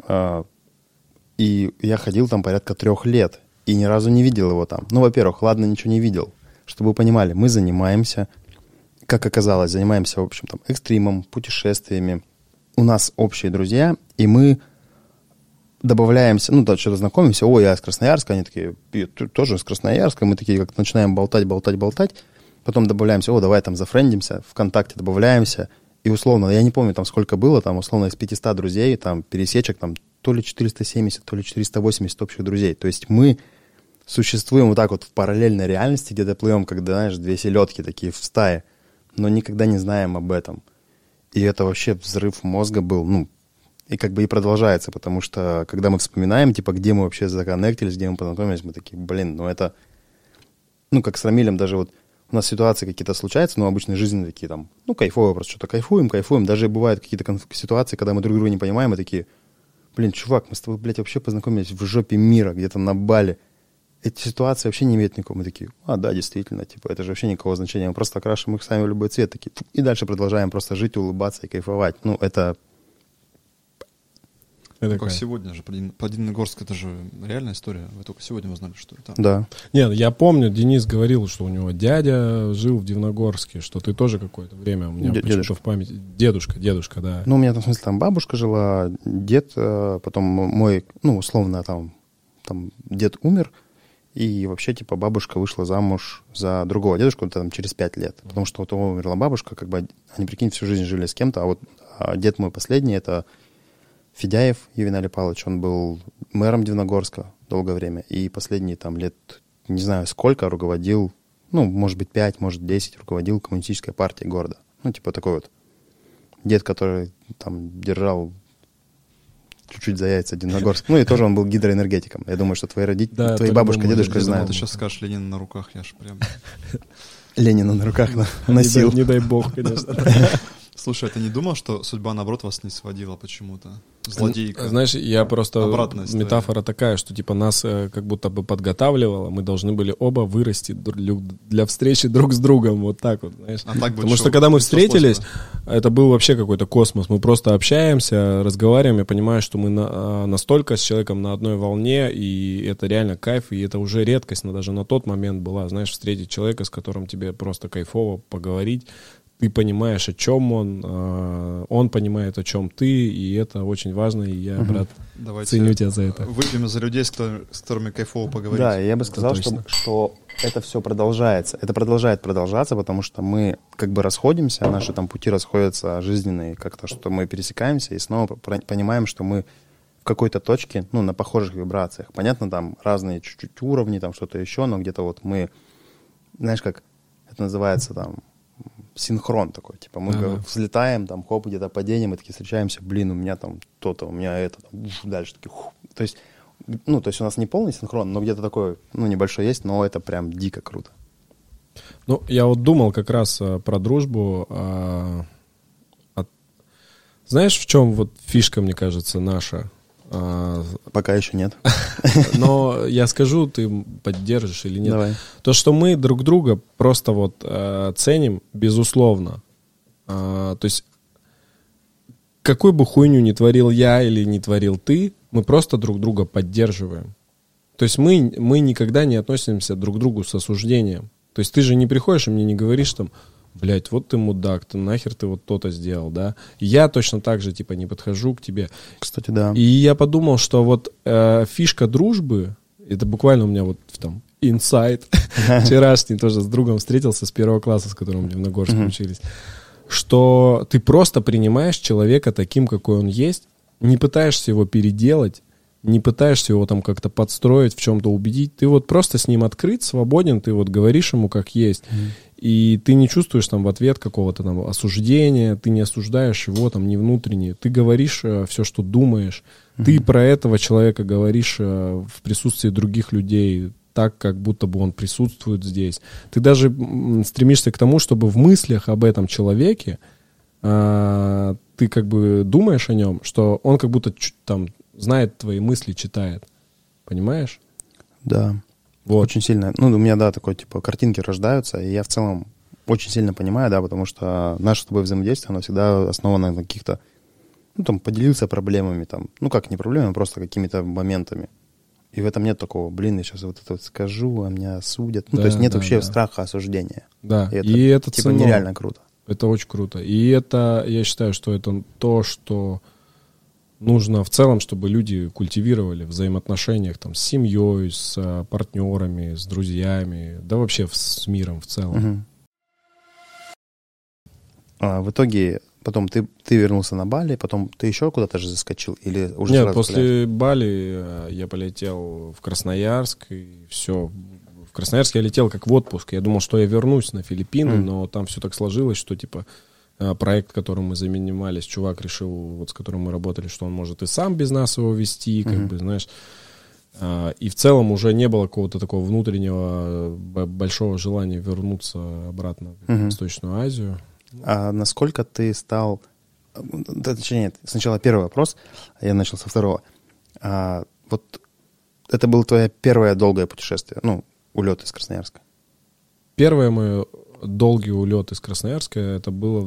И я ходил там порядка 3 лет. И ни разу не видел его там. Ну, во-первых, ладно, ничего не видел. Чтобы вы понимали, мы занимаемся, как оказалось, в общем, там, экстримом, путешествиями. У нас общие друзья, и мы... добавляемся, ну, да, что-то знакомимся, я из Красноярска, они такие, ты тоже из Красноярска, мы такие как начинаем болтать, потом добавляемся, давай там зафрендимся, ВКонтакте добавляемся, и условно, я не помню там сколько было, там условно из 500 друзей, там пересечек, там то ли 470, то ли 480 общих друзей, то есть мы существуем вот так вот в параллельной реальности, где-то плывем, когда, знаешь, 2 селедки такие в стае, но никогда не знаем об этом, и это вообще взрыв мозга был, ну, и как бы и продолжается, потому что, когда мы вспоминаем, типа, где мы вообще законнектились, где мы познакомились, мы такие, ну это... Ну, как с Рамилем даже вот у нас ситуации какие-то случаются, но обычно жизненные такие там, ну, кайфовые, просто что-то кайфуем. Даже бывают какие-то ситуации, когда мы друг друга не понимаем, и такие, чувак, мы с тобой, блядь, вообще познакомились в жопе мира, где-то на Бали. Эти ситуации вообще не имеют никакого. Мы такие, да, действительно, типа, это же вообще никакого значения. Мы просто окрашиваем их сами в любой цвет, такие, и дальше продолжаем просто жить, улыбаться и кайфовать. Ну, это... Как сегодня же, про Дивногорск, это же реальная история. Вы только сегодня узнали, что это. Да. Нет, я помню, Денис говорил, что у него дядя жил в Дивногорске, что ты тоже какое-то время у меня почему-то в памяти. Дедушка, да. Ну, у меня, в смысле, там бабушка жила, дед, потом мой, ну, условно, там, там дед умер, и вообще, типа, бабушка вышла замуж за другого дедушку там, через 5 лет. Потому что вот умерла бабушка, как бы они, прикинь, всю жизнь жили с кем-то, а вот дед мой последний — это Федяев Ювеналий Павлович, он был мэром Дивногорска долгое время, и последние там лет, не знаю сколько, руководил, ну, может быть, 5, может, 10, руководил коммунистической партией города. Ну, типа такой вот дед, который там держал чуть-чуть за яйца Дивногорск. Ну, и тоже он был гидроэнергетиком. Я думаю, что твои родители, да, твои бабушка, дедушка знают. Ты сейчас скажешь Ленина на руках, я ж прям... Ленина на руках носил. Не дай бог, конечно. Слушай, а ты не думал, что судьба, наоборот, вас не сводила почему-то? Злодейка. Знаешь, я просто... Метафора такая, что типа нас как будто бы подготавливала, мы должны были оба вырасти для встречи друг с другом, вот так вот, знаешь. А так Потому что когда мы встретились, это был вообще какой-то космос. Мы просто общаемся, разговариваем, я понимаю, что мы настолько с человеком на одной волне, и это реально кайф, и это уже редкость, но даже на тот момент была, знаешь, встретить человека, с которым тебе просто кайфово поговорить. Ты понимаешь, о чем он понимает, о чем ты, и это очень важно, и я, брат, ценю тебя за это. Выпьем за людей, с которыми кайфово поговорить. Да, я бы сказал, что это все продолжается. Это продолжает продолжаться, потому что мы как бы расходимся, наши там пути расходятся жизненные, как-то, что мы пересекаемся и снова понимаем, что мы в какой-то точке, ну, на похожих вибрациях. Понятно, там разные чуть-чуть уровни, там что-то еще, но где-то вот мы, знаешь, как это называется там, синхрон такой, типа мы взлетаем, там, хоп, где-то падением, и такие встречаемся, блин, у меня там то-то, у меня это, там, дальше такие, то есть, ну, то есть у нас не полный синхрон, но где-то такой, ну, небольшой есть, но это прям дико круто. Ну, я вот думал как раз про дружбу. Знаешь, в чем вот фишка, мне кажется, наша? Пока еще нет. Но я скажу, ты поддержишь или нет. Давай. То, что мы друг друга просто вот ценим, безусловно. То есть какую бы хуйню ни творил я или не творил ты, мы просто друг друга поддерживаем. То есть мы никогда не относимся друг к другу с осуждением. То есть ты же не приходишь и мне не говоришь там, блять, вот ты мудак, ты нахер ты вот то-то сделал, да? И я точно так же, типа, не подхожу к тебе. Кстати, да. И я подумал, что вот фишка дружбы, это буквально у меня вот там инсайт, вчерашний тоже с другом встретился с 1 класса, с которым в Дивногорске учились, что ты просто принимаешь человека таким, какой он есть, не пытаешься его переделать, не пытаешься его там как-то подстроить, в чем-то убедить, ты вот просто с ним открыт, свободен, ты вот говоришь ему как есть, и ты не чувствуешь там в ответ какого-то там осуждения, ты не осуждаешь его там не внутренне, ты говоришь все, что думаешь, ты про этого человека говоришь в присутствии других людей, так, как будто бы он присутствует здесь. Ты даже стремишься к тому, чтобы в мыслях об этом человеке ты как бы думаешь о нем, что он как будто там знает твои мысли, читает. Понимаешь? Да. Вот. Очень сильно. Ну, у меня, да, такой, типа, картинки рождаются, и я в целом очень сильно понимаю, да, потому что наше с тобой взаимодействие, оно всегда основано на каких-то, ну, там, поделился проблемами, там, ну, как не проблемами, просто какими-то моментами. И в этом нет такого, блин, я сейчас вот это вот скажу, а меня осудят. Ну, то есть нет вообще страха осуждения. Да, и это типа, нереально круто. Это очень круто. И это, я считаю, что это то, что нужно в целом, чтобы люди культивировали в взаимоотношениях там, с семьей, с партнерами, с друзьями, да вообще с миром в целом. В итоге потом ты вернулся на Бали, потом ты еще куда-то же заскочил? Или уже Нет, после Бали я полетел в Красноярск, и все. В Красноярск я летел как в отпуск. Я думал, что я вернусь на Филиппины, но там все так сложилось, что типа проект, которым мы занимались, чувак решил, вот с которым мы работали, что он может и сам без нас его вести, как бы, знаешь. И в целом уже не было какого-то такого внутреннего большого желания вернуться обратно в Восточную Азию. А насколько ты стал... Точнее, сначала первый вопрос, я начал со второго. Вот это было твое первое долгое путешествие, ну, улет из Красноярска? Первое мое долгий улет из Красноярска, это было в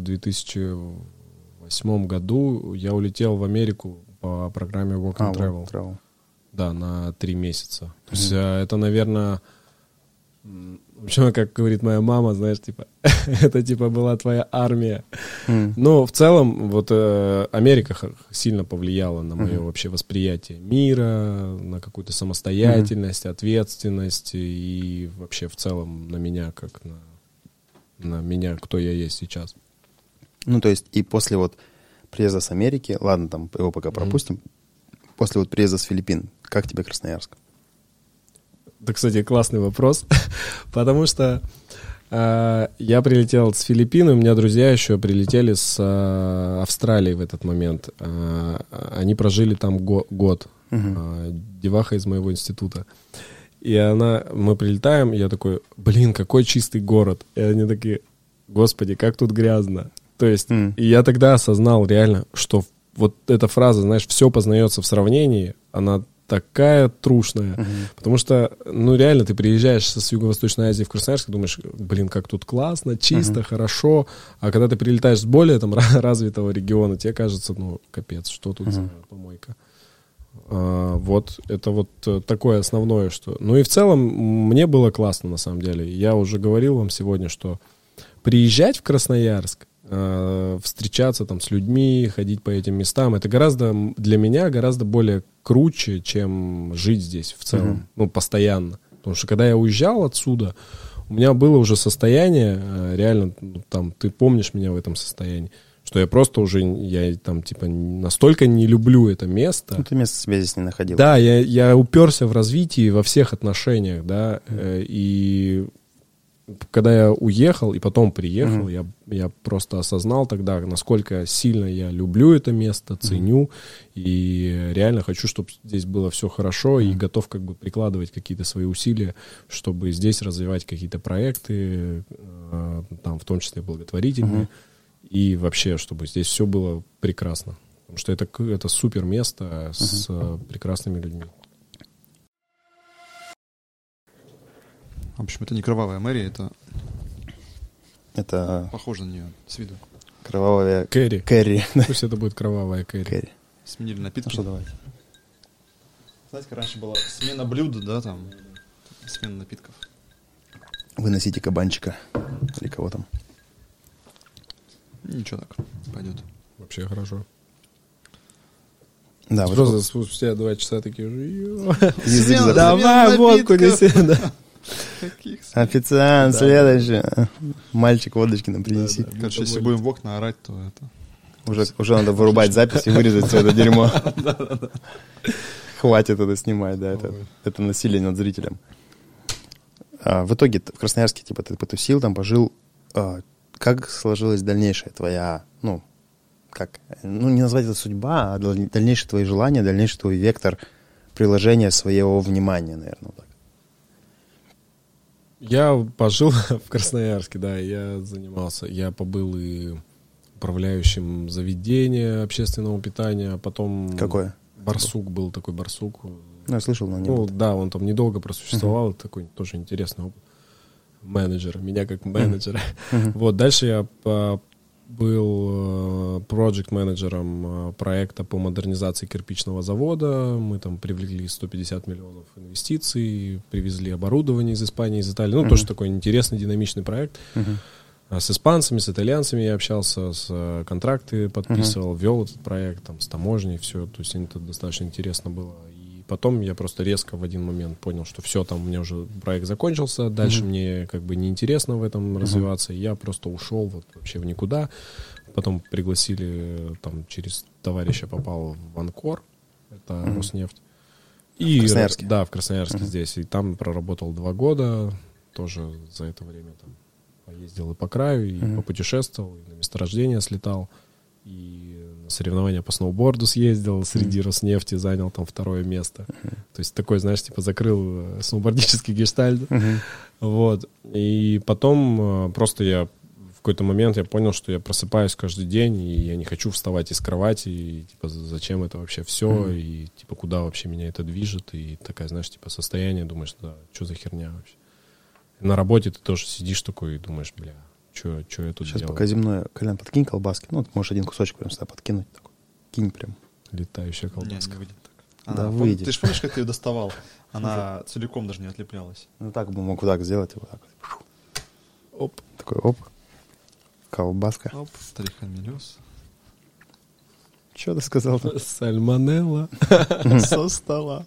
2008 году. Я улетел в Америку по программе Work and Travel. Да, на 3 месяца. То есть это, наверное, В общем, как говорит моя мама, знаешь, типа, это типа была твоя армия. Но в целом вот Америка сильно повлияла на мое вообще восприятие мира, на какую-то самостоятельность, ответственность и вообще в целом на меня, как на меня, кто я есть сейчас. Ну, то есть и после вот приезда с Америки, ладно, там его пока пропустим, после вот приезда с Филиппин, как тебе Красноярск? Это, кстати, классный вопрос, потому что я прилетел с Филиппин, у меня друзья еще прилетели с Австралии в этот момент. Они прожили там год. Деваха из моего института. И мы прилетаем, и я такой, блин, какой чистый город. И они такие, господи, как тут грязно. То есть, и я тогда осознал реально, что вот эта фраза, знаешь, все познается в сравнении, она такая трушная. Потому что, ну, реально, ты приезжаешь с Юго-Восточной Азии в Красноярск и думаешь, блин, как тут классно, чисто, хорошо. А когда ты прилетаешь с более там развитого региона, тебе кажется, ну, капец, что тут за помойка. Вот, это вот такое основное, что... Ну и в целом мне было классно, на самом деле. Я уже говорил вам сегодня, что приезжать в Красноярск, встречаться там с людьми, ходить по этим местам, это для меня гораздо более круче, чем жить здесь в целом, ну, постоянно. Потому что когда я уезжал отсюда, у меня было уже состояние, реально, там, ты помнишь меня в этом состоянии, что я просто уже, я там, типа, настолько не люблю это место. Ну, ты место себе здесь не находил. Да, я уперся в развитии во всех отношениях, да, и когда я уехал и потом приехал, я просто осознал тогда, насколько сильно я люблю это место, ценю, и реально хочу, чтобы здесь было все хорошо, и готов как бы прикладывать какие-то свои усилия, чтобы здесь развивать какие-то проекты, там, в том числе благотворительные, и вообще, чтобы здесь все было прекрасно. Потому что это супер место с прекрасными людьми. В общем, это не кровавая мэрия, это похоже на нее с виду. Кровавая Кэрри. Пусть это будет кровавая Кэрри. Сменили напитки. Ну что, давайте. Знаете, раньше была смена блюда, да, там, смена напитков. Выносите кабанчика или кого там. Ничего так, пойдет. Вообще хорошо. Да, просто спустя 2 часа такие уже... Язык давай водку неси, да. Официант, следующий. Мальчик, водочки нам принеси. Короче, если будем в окна орать, то это... Уже надо вырубать запись и вырезать все это дерьмо. Хватит это снимать, да, это насилие над зрителем. В итоге в Красноярске, типа, ты потусил, там пожил. Как сложилась дальнейшая твоя, не назвать это судьба, а дальнейшие твои желания, дальнейший твой вектор приложения своего внимания, наверное, так. Я пожил в Красноярске, да, я побыл и управляющим заведения общественного питания, а потом... Какое? Барсук был такой, Барсук. Ну, я слышал, но не был. Да, он там недолго просуществовал, такой тоже интересный опыт. Менеджера, меня как менеджера. Вот, дальше я был проект-менеджером проекта по модернизации кирпичного завода. Мы там привлекли 150 миллионов инвестиций, привезли оборудование из Испании, из Италии. Ну, тоже такой интересный, динамичный проект. С испанцами, с итальянцами я общался, с контракты подписывал, вел этот проект там, с таможней, все. То есть это достаточно интересно было. И потом я просто резко в один момент понял, что все, там у меня уже проект закончился, дальше мне как бы неинтересно в этом развиваться, и я просто ушел вот вообще в никуда. Потом пригласили, там через товарища попал в Анкор, это Роснефть. И, в Красноярске? Да, в Красноярске здесь. И там проработал 2 года, тоже за это время там поездил и по краю, и попутешествовал, и на месторождение слетал, и на соревнования по сноуборду съездил, среди Роснефти занял там 2-е место. То есть такой, знаешь, типа закрыл сноубордический гештальт. Вот. И потом просто я в какой-то момент я понял, что я просыпаюсь каждый день, и я не хочу вставать из кровати, и типа зачем это вообще все, и типа куда вообще меня это движет, и такая, знаешь, типа состояние, думаешь, да, что за херня вообще. На работе ты тоже сидишь такой и думаешь, бля, что я тут сейчас делаю? Пока земное, Колян, подкинь колбаски. Ну, ты можешь один кусочек прям сюда подкинуть. Такой. Кинь прям. Летающая колбаска. Не выйдет так. Да, выйди. Ты же помнишь, как ты ее доставал? Она целиком даже не отлеплялась. Ну так бы мог вот так сделать. Вот так. Оп. Такой оп. Колбаска. Оп, трихомелез. Что ты сказал-то? Сальмонелла Со стола.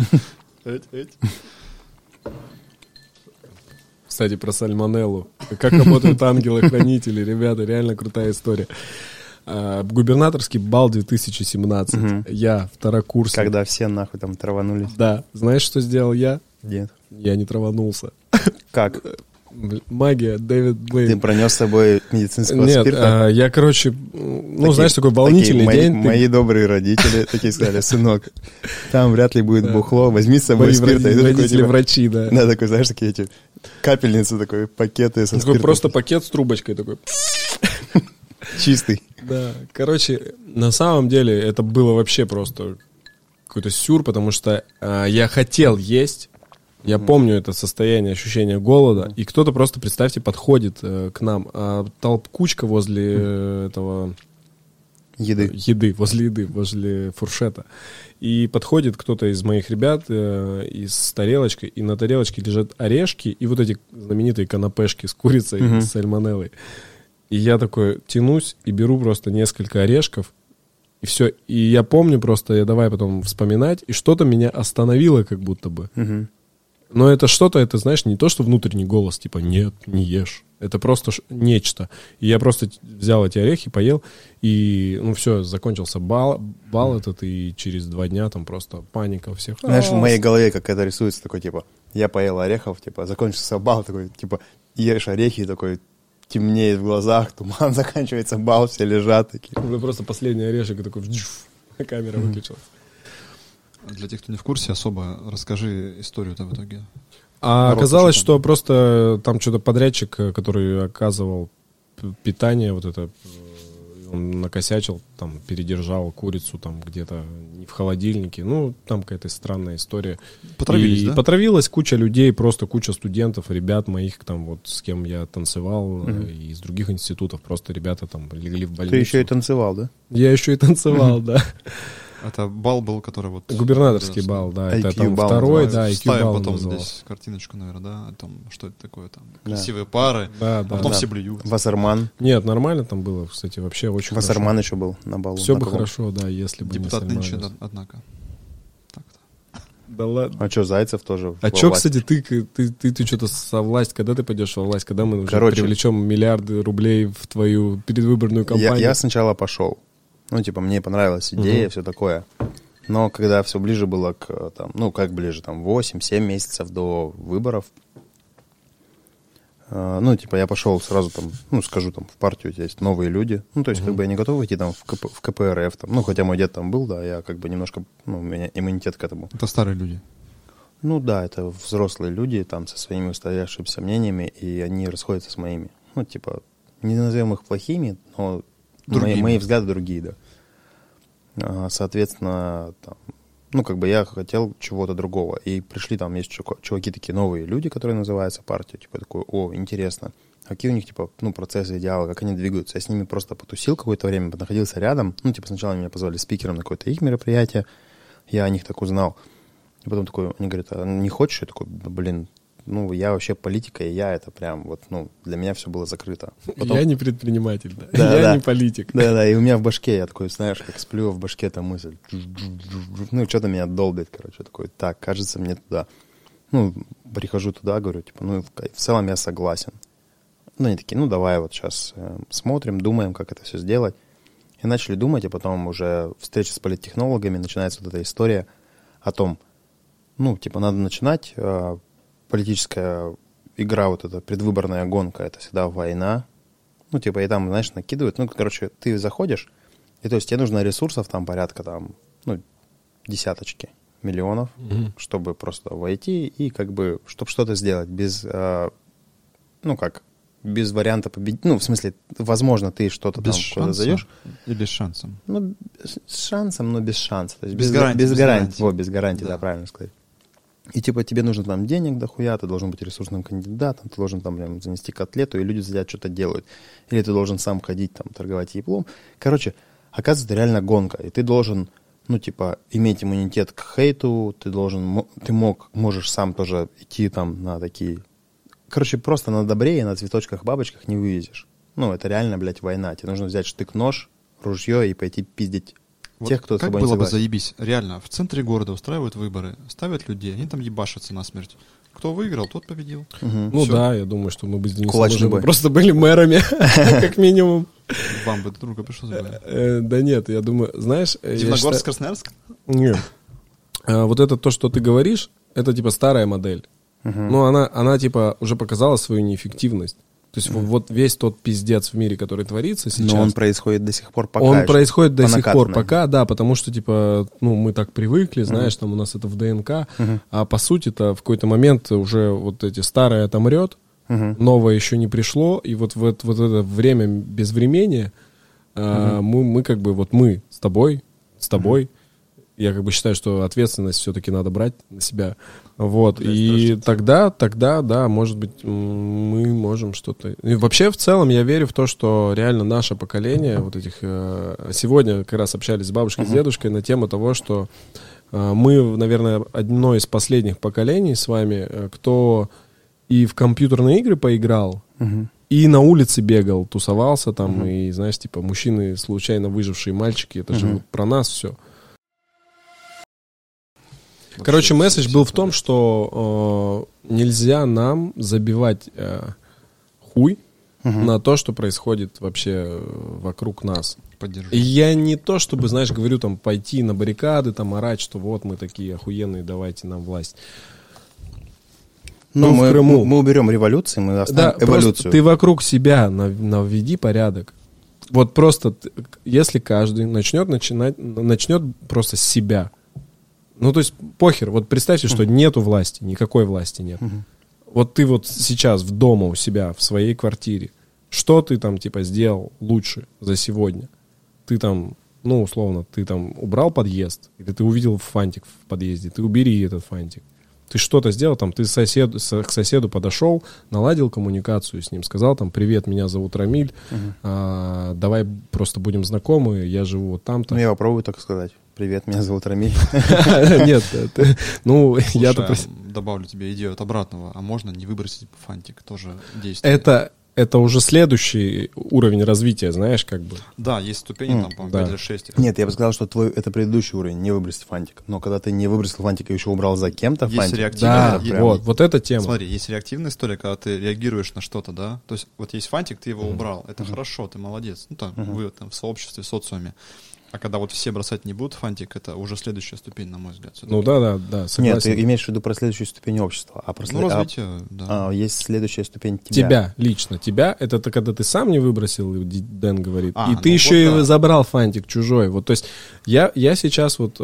Кстати, про сальмонеллу. Как работают ангелы-хранители, ребята, реально крутая история. Губернаторский бал 2017. Я второкурсник. Когда все нахуй там траванулись. Да. Знаешь, что сделал я? Нет. Я не траванулся. Как? Магия, Дэвид Блейн. Ты пронес с собой медицинского Нет, спирта? я, короче, знаешь, такой волнительный день. Мои добрые родители такие сказали: сынок, там вряд ли будет бухло, возьми с собой спирта. Родители врачи, да. Да, такой, знаешь, такие эти капельницы, такой пакеты со спиртом. Просто пакет с трубочкой такой. Чистый. Да, короче, на самом деле это было вообще просто какой-то сюр, потому что я хотел есть. Я помню это состояние, ощущение голода, и кто-то просто, представьте, подходит к нам, кучка возле этого... возле фуршета. И подходит кто-то из моих ребят с тарелочкой, и на тарелочке лежат орешки и вот эти знаменитые канапешки с курицей и с сальмонеллой. И я такой тянусь и беру просто несколько орешков, и все. И я помню просто, я давай потом вспоминать, и что-то меня остановило как будто бы. Но это что-то, это, знаешь, не то, что внутренний голос, типа, нет, не ешь. Это просто нечто. И я просто взял эти орехи, поел, и, ну, все, закончился бал этот, и через 2 дня там просто паника у всех. Знаешь, в моей голове как это рисуется, такой, типа, я поел орехов, типа, закончился бал, такой, типа, ешь орехи, такой, темнеет в глазах, туман, заканчивается бал, все лежат такие. Просто последний орешек, и такой, камера выключилась. Для тех, кто не в курсе, особо расскажи историю-то в итоге. Оказалось, что просто там что-то подрядчик, который оказывал питание, вот это, он накосячил, там, передержал курицу там где-то не в холодильнике. Ну, там какая-то странная история. Потравились, да? Потравилась куча людей, просто куча студентов, ребят моих, там, вот, с кем я танцевал, и из других институтов, просто ребята там легли в больницу. Ты еще и танцевал, да? Я еще и танцевал, да. Это бал был, который вот... Губернаторский бал, да. Это там IQ-бал второй, да, IQ IQ-бал ставим потом назывался. здесь картиночку, наверное, да, о том, что это такое, там, красивые пары, Да, а да, потом да. все блюют. Вассерман. Нет, нормально там было, кстати, вообще очень Вассерман еще был на балу. Все на бы каком? хорошо, да, если бы Депутат не нынче, Сальманес. однако. Так-то. Да ладно. А что, Зайцев тоже? А что, кстати, ты что-то со власть, когда ты пойдешь во власть, когда мы уже привлечем миллиарды рублей в твою предвыборную кампанию? Я сначала пошел. Ну, типа, мне понравилась идея, все такое. Но когда все ближе было к, там, ну, как ближе, там, 8-7 месяцев до выборов, ну, типа, я пошел сразу там, ну, скажу, там, в партию есть новые люди. Ну, то есть, как бы я не готов идти там в КПРФ, там, ну, хотя мой дед там был, да, я как бы немножко, ну, у меня иммунитет к этому. Это старые люди. Ну, да, это взрослые люди, там, со своими устоявшимися мнениями, и они расходятся с моими. Ну, типа, не назовем их плохими, но мои взгляды другие, да. Соответственно, там, ну, как бы я хотел чего-то другого. И пришли там, есть чуваки такие новые люди, которые называются партией. Типа, такой, о, интересно. Какие у них, типа, ну, процессы, идеалы, как они двигаются. Я с ними просто потусил какое-то время, находился рядом. Ну, типа, сначала меня позвали спикером на какое-то их мероприятие. Я о них так узнал. И потом такой, они говорят, а не хочешь? Я такой, блин, ну, я вообще политика, и я это прям, вот, ну, для меня все было закрыто. Потом... Я не предприниматель, да. Я не политик. Да, и у меня в башке, я такой, знаешь, как сплю, в башке эта мысль. Ну, что-то меня долбит, короче, такой, так, кажется, мне туда. Ну, прихожу туда, говорю, типа, ну, в целом я согласен. Ну, они такие, ну, давай вот сейчас смотрим, думаем, как это все сделать. И начали думать, и потом уже встреча с политтехнологами, начинается вот эта история о том, ну, типа, надо начинать... Политическая игра, вот эта предвыборная гонка, это всегда война. Ну, типа, и там, знаешь, накидывают. Ну, короче, ты заходишь, и то есть тебе нужно ресурсов там порядка, там, ну, десяточки миллионов, чтобы просто войти и как бы, чтобы что-то сделать без, ну, как, без варианта победить. Ну, в смысле, возможно, ты что-то без там куда-то зайдешь. И без шанса. Ну, с шансом, но без шанса. То есть без гарантии. Без гарантии. Во, без гарантии, да, Да, правильно сказать. И типа тебе нужно там денег дохуя, ты должен быть ресурсным кандидатом, ты должен там прям занести котлету, и люди за тебя что-то делают. Или ты должен сам ходить там торговать еблом. Короче, оказывается, это реально гонка. И ты должен ну, типа, иметь иммунитет к хейту, ты можешь сам тоже идти там на такие... Короче, просто на добре и на цветочках, бабочках не вывезешь. Ну, это реально, блядь, война. Тебе нужно взять штык-нож, ружье и пойти пиздить тех, кто с тобой не согласен. Как было бы заебись, реально, в центре города устраивают выборы, ставят людей, они там ебашатся насмерть. Кто выиграл, тот победил. Ну да, я думаю, что мы бы с Денисом просто были мэрами, как минимум. Вам бы друга пришлось бы. Да нет, я думаю, знаешь... Дивногорск, Красноярск? Нет. Вот это то, что ты говоришь, это типа старая модель. Но она типа уже показала свою неэффективность. То есть вот весь тот пиздец в мире, который творится сейчас... Но он происходит до сих пор пока. Он происходит до сих пор пока, да, потому что, типа, ну, мы так привыкли, знаешь, там у нас это в ДНК, а по сути-то в какой-то момент уже вот эти старое отомрет, новое еще не пришло, и вот это время безвремения мы как бы, вот мы с тобой, я как бы считаю, что ответственность все-таки надо брать на себя. Вот. И тогда, да, может быть, мы можем что-то... И вообще, в целом, я верю в то, что реально наше поколение, вот этих... Сегодня как раз общались с бабушкой, с дедушкой на тему того, что мы, наверное, одно из последних поколений с вами, кто и в компьютерные игры поиграл, и на улице бегал, тусовался там, и, знаешь, типа, мужчины, случайно выжившие мальчики, это же вот про нас все. Короче, месседж был в том, что нельзя нам забивать хуй на то, что происходит вообще вокруг нас. И я не то, чтобы, знаешь, говорю, там, пойти на баррикады, там, орать, что вот мы такие охуенные, давайте нам власть. Но мы уберем революцию, мы оставим эволюцию. Ты вокруг себя наведи порядок. Вот просто, если каждый начнет просто с себя. Ну, то есть, похер. Вот представьте, что нету власти, никакой власти нет. Вот ты вот сейчас дома у себя, в своей квартире, что ты там, типа, сделал лучше за сегодня? Ты там, ну, условно, ты там убрал подъезд, или ты увидел фантик в подъезде, ты убери этот фантик. Ты что-то сделал, там, ты к соседу подошел, наладил коммуникацию с ним, сказал, там, привет, меня зовут Рамиль, давай просто будем знакомы, я живу вот там-то. Ну, я попробую так сказать. Привет, меня зовут Рамиль. Нет, ну, я-то... Добавлю тебе идею от обратного, а можно не выбросить фантик, тоже действует. Это уже следующий уровень развития, знаешь, как бы. Да, есть ступени, там, по-моему, 5 или 6. Нет, я бы сказал, что это предыдущий уровень, не выбросить фантик. Но когда ты не выбросил фантик и еще убрал за кем-то фантик... Да, вот эта тема. Смотри, есть реактивная история, когда ты реагируешь на что-то, да? То есть вот есть фантик, ты его убрал, это хорошо, ты молодец. Ну, там, вы там в сообществе, в социуме. А когда вот все бросать не будут фантик, это уже следующая ступень, на мой взгляд. Ну да, согласен. Нет, ты имеешь в виду про следующую ступень общества. Развитие, да. Есть следующая ступень тебя. Лично. Тебя, это когда ты сам не выбросил, Дэн говорит, и ты еще и забрал фантик чужой. Вот, то есть я сейчас вот...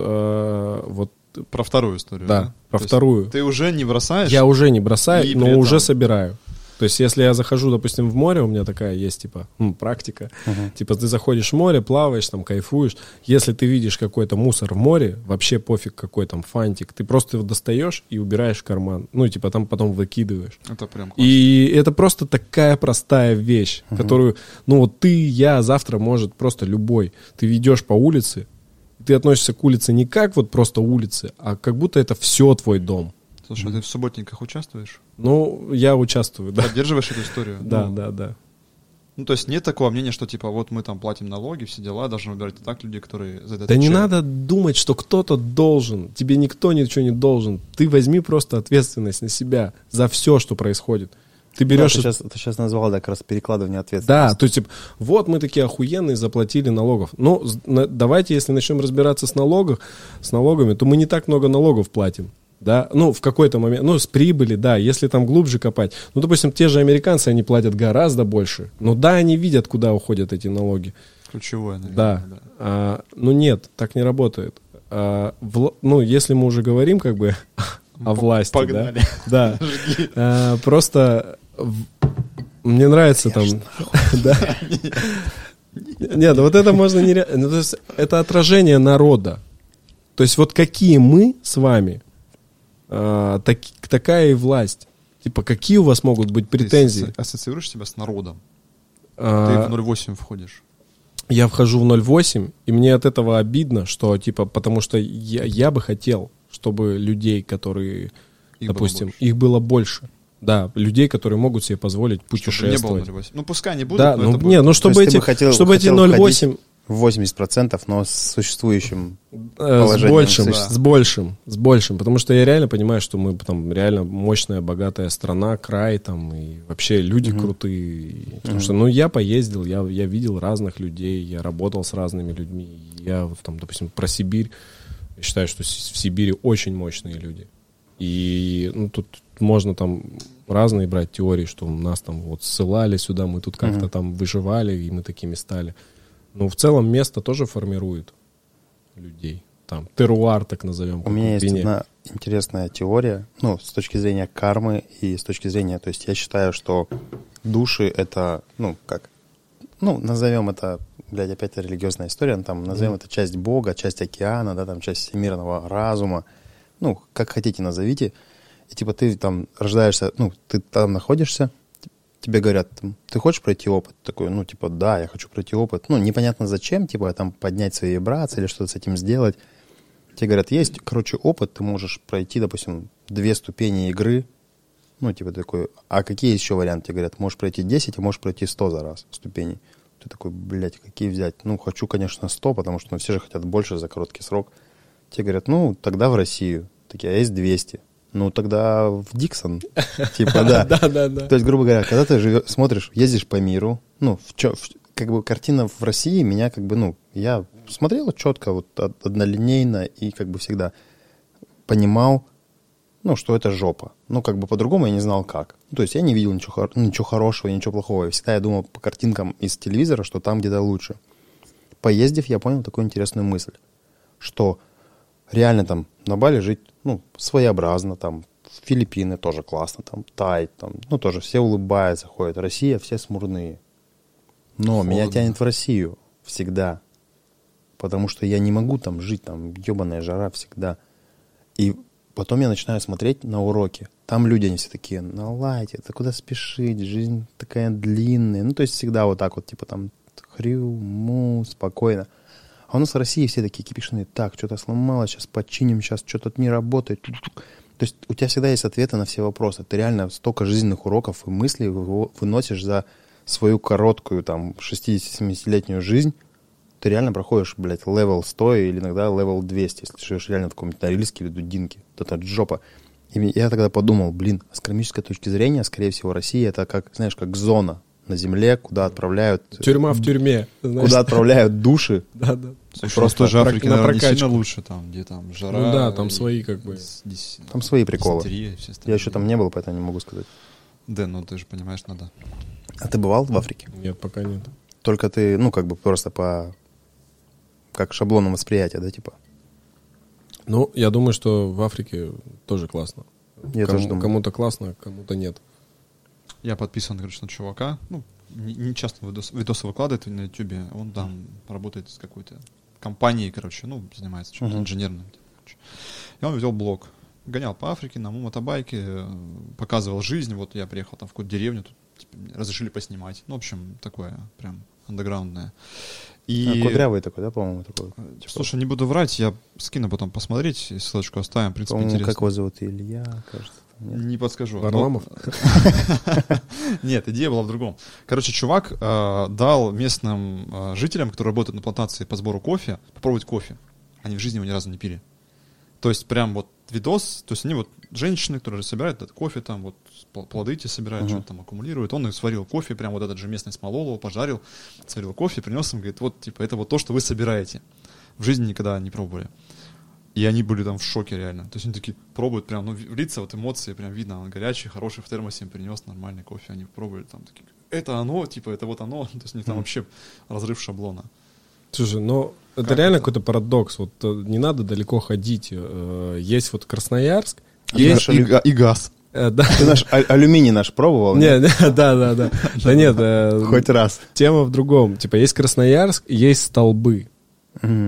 Про вторую историю, да? Про вторую. Ты уже не бросаешь? Я уже не бросаю, но уже собираю. То есть, если я захожу, допустим, в море, у меня такая есть, типа, практика. Типа, ты заходишь в море, плаваешь, там, кайфуешь. Если ты видишь какой-то мусор в море, вообще пофиг, какой там фантик, ты просто его достаешь и убираешь в карман. Ну, типа, там потом выкидываешь. Это прям классно. И это просто такая простая вещь, которую, ну, вот ты, я, завтра, может, просто любой. Ты идешь по улице, ты относишься к улице не как вот просто улице, а как будто это все твой дом. Слушай, ты в субботниках участвуешь? Ну, я участвую, да. Поддерживаешь эту историю? Да. Ну, то есть нет такого мнения, что типа вот мы там платим налоги, все дела, должны выбирать так люди, которые за это отвечают. Да не надо думать, что кто-то должен. Тебе никто ничего не должен. Ты возьми просто ответственность на себя за все, что происходит. Ты берешь... Ты сейчас назвал, да, как раз перекладывание ответственности. Да, то есть, типа, вот мы такие охуенные, заплатили налогов. Ну, давайте, если начнем разбираться с налогами, то мы не так много налогов платим. Да, ну, в какой-то момент, ну, с прибыли, да, если там глубже копать. Ну, допустим, те же американцы, они платят гораздо больше. Ну, да, они видят, куда уходят эти налоги. Ключевое, наверное. Да. Ну, нет, так не работает. Ну, если мы уже говорим, как бы, о власти, погнали. Да. Просто мне нравится там... Да. Нет, вот это можно нереально... То есть, это отражение народа. То есть, вот какие мы с вами... такая и власть. Типа, какие у вас могут быть претензии? Ты ассоциируешь себя с народом? Ты в 08 входишь? я вхожу в 0,8, и мне от этого обидно, что, типа, потому что я бы хотел, чтобы людей, которые, допустим, их было больше. Да, людей, которые могут себе позволить путешествовать. Чтобы не было 0,8. Ну, пускай они будут, да, но это не, будет. ну, чтобы эти 0,8... 80%, но с существующим положением. С большим. Потому что я реально понимаю, что мы там реально мощная, богатая страна, край там, и вообще люди крутые. Потому что, ну, я поездил, я видел разных людей, я работал с разными людьми. Я там, допустим, про Сибирь, я считаю, что в Сибири очень мощные люди. И ну, тут можно там разные брать теории, что нас там вот ссылали сюда, мы тут как-то там выживали, и мы такими стали. Ну, в целом место тоже формирует людей. Там теруар, так назовем. У меня есть одна интересная теория, ну, с точки зрения кармы и с точки зрения, то есть я считаю, что души это, ну, как, ну, назовем это, блядь, опять религиозная история, там, назовем это часть Бога, часть океана, да, там, часть всемирного разума, ну, как хотите назовите. И типа ты там рождаешься, ну, ты там находишься, тебе говорят, ты хочешь пройти опыт? Такой, ну, типа, да, я хочу пройти опыт. Ну, непонятно зачем, типа, там, поднять свои вибрации или что-то с этим сделать. Тебе говорят, есть, короче, опыт, ты можешь пройти, допустим, 2 ступени игры. Ну, типа, такой, а какие еще варианты? Тебе говорят, можешь пройти 10, а можешь пройти 100 за раз ступеней. Ты такой, блядь, какие взять? Ну, хочу, конечно, 100, потому что ну, все же хотят больше за короткий срок. Тебе говорят, ну, тогда в Россию. Такие, а есть 200. Ну, тогда в Диксон. Типа, да. Да. То есть, грубо говоря, когда ты смотришь, ездишь по миру, ну, как бы картина в России меня как бы, ну, я смотрел четко, вот однолинейно и как бы всегда понимал, ну, что это жопа. Ну, как бы по-другому я не знал как. То есть я не видел ничего хорошего, ничего плохого. Всегда я думал по картинкам из телевизора, что там где-то лучше. Поездив, я понял такую интересную мысль, что реально там на Бали жить, ну, своеобразно, там, Филиппины тоже классно, там, Тай, там, ну, тоже все улыбаются, ходят. Россия, все смурные. Но меня тянет в Россию всегда, потому что я не могу там жить, там, ебаная жара всегда. И потом я начинаю смотреть на уроки. Там люди, они все такие, наладьте, это куда спешить, жизнь такая длинная. Ну, то есть всегда вот так вот, типа, там, спокойно. А у нас в России все такие кипишные, так, что-то сломалось, сейчас починим, сейчас что-то не работает. То есть у тебя всегда есть ответы на все вопросы. Ты реально столько жизненных уроков и мыслей выносишь за свою короткую, там, 60-70-летнюю жизнь. Ты реально проходишь, блядь, левел 100 или иногда левел 200, если ты живешь реально в каком-нибудь Норильске или Дудинке. Вот это жопа. И я тогда подумал, блин, с кармической точки зрения, скорее всего, Россия это как, знаешь, как зона на земле, куда отправляют... Тюрьма в тюрьме. Знаешь. Куда отправляют души. Да. Слушай, просто тоже Африка, наверное, не сильно лучше, там, где там жара. Ну да, там свои как бы... Там свои приколы. Я еще там не был, поэтому не могу сказать. Да, ну ты же понимаешь, надо. А ты бывал в Африке? Нет, пока нет. Только ты, ну, как бы просто по... Как шаблоном восприятия, да, типа? Ну, я думаю, что в Африке тоже классно. Я тоже думаю. Кому-то классно, кому-то нет. Я подписан, короче, на чувака. Ну, не часто видосы выкладывает на ютубе. Он там работает с какой-то компанией, короче, ну, занимается чем-то инженерным. Короче. И он вел блог. Гонял по Африке на мотобайке, показывал жизнь. Вот я приехал там в какую-то деревню, тут типа, разрешили поснимать. Ну, в общем, такое прям андеграундное. И... Кудрявый такой, да, по-моему? Такой, типа... Слушай, не буду врать, я скину потом посмотреть, ссылочку оставим, в принципе, интересно. Как его зовут? Илья, кажется. Нет? Не подскажу. Варламов? Нет, идея была в другом. Короче, чувак дал местным жителям, которые работают на плантации по сбору кофе, попробовать кофе. Они в жизни его ни разу не пили. То есть прям вот видос, то есть они вот женщины, которые собирают этот кофе, там вот плоды эти собирают, что-то там аккумулируют. Он их сварил кофе, прям вот этот же местный смолол его, пожарил, сварил кофе, принес им, говорит, вот типа это вот то, что вы собираете. В жизни никогда не пробовали. И они были там в шоке реально. То есть они такие пробуют прям, ну, в лица вот эмоции прям видно. Он горячий, хороший, в термосе им принес нормальный кофе. Они пробовали там такие, это оно, типа, это вот оно. То есть у них там вообще разрыв шаблона. Слушай, но это реально какой-то парадокс. Вот не надо далеко ходить. Есть вот Красноярск. Есть и газ. Да. Ты наш алюминий наш пробовал? Да. Да нет. Хоть раз. Тема в другом. Типа есть Красноярск, есть Столбы.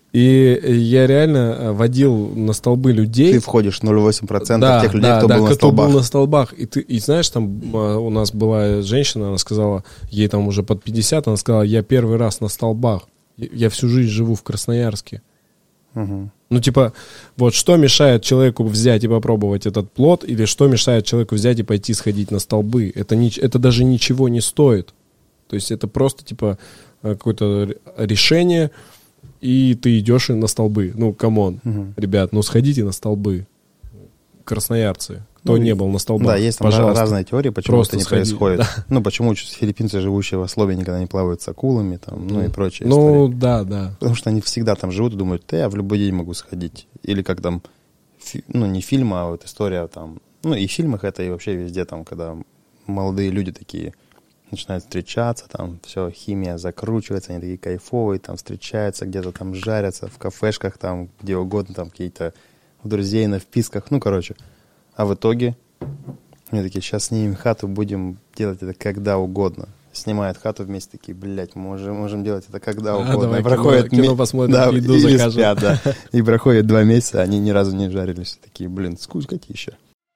И я реально водил на столбы людей. Ты входишь в 0,8% тех людей, кто был на столбах. Был на столбах. И знаешь, там у нас была женщина, она сказала, ей там уже под 50, она сказала, я первый раз на столбах. Я всю жизнь живу в Красноярске. Угу. Ну, типа, вот что мешает человеку взять и попробовать этот плод, или что мешает человеку взять и пойти сходить на столбы? Это даже ничего не стоит. То есть это просто, типа, какое-то решение, и ты идешь на столбы. Ну, камон, ребят, ну сходите на столбы. Красноярцы. Кто не был на столбах, да, есть там разные теории, почему это не происходит. Да. Ну, почему филиппинцы, живущие в ослове, никогда не плавают с акулами, там, ну и прочее. Ну, да. Потому что они всегда там живут и думают, я в любой день могу сходить. Или как там, ну, не фильм, а вот история там, ну, и в фильмах это, и вообще везде там, когда молодые люди такие начинают встречаться, там все, химия закручивается, они такие кайфовые, там встречаются, где-то там жарятся, в кафешках, там, где угодно, там какие-то у друзей на вписках, ну, короче. А в итоге они такие, сейчас снимем хату, будем делать это когда угодно. Снимают хату вместе, такие, блядь, можем делать это когда угодно. Давай проходит кино посмотрим, да, еду и закажем. спят, да. И проходит 2 месяца, они ни разу не жарились. Такие, блин, скучнотища.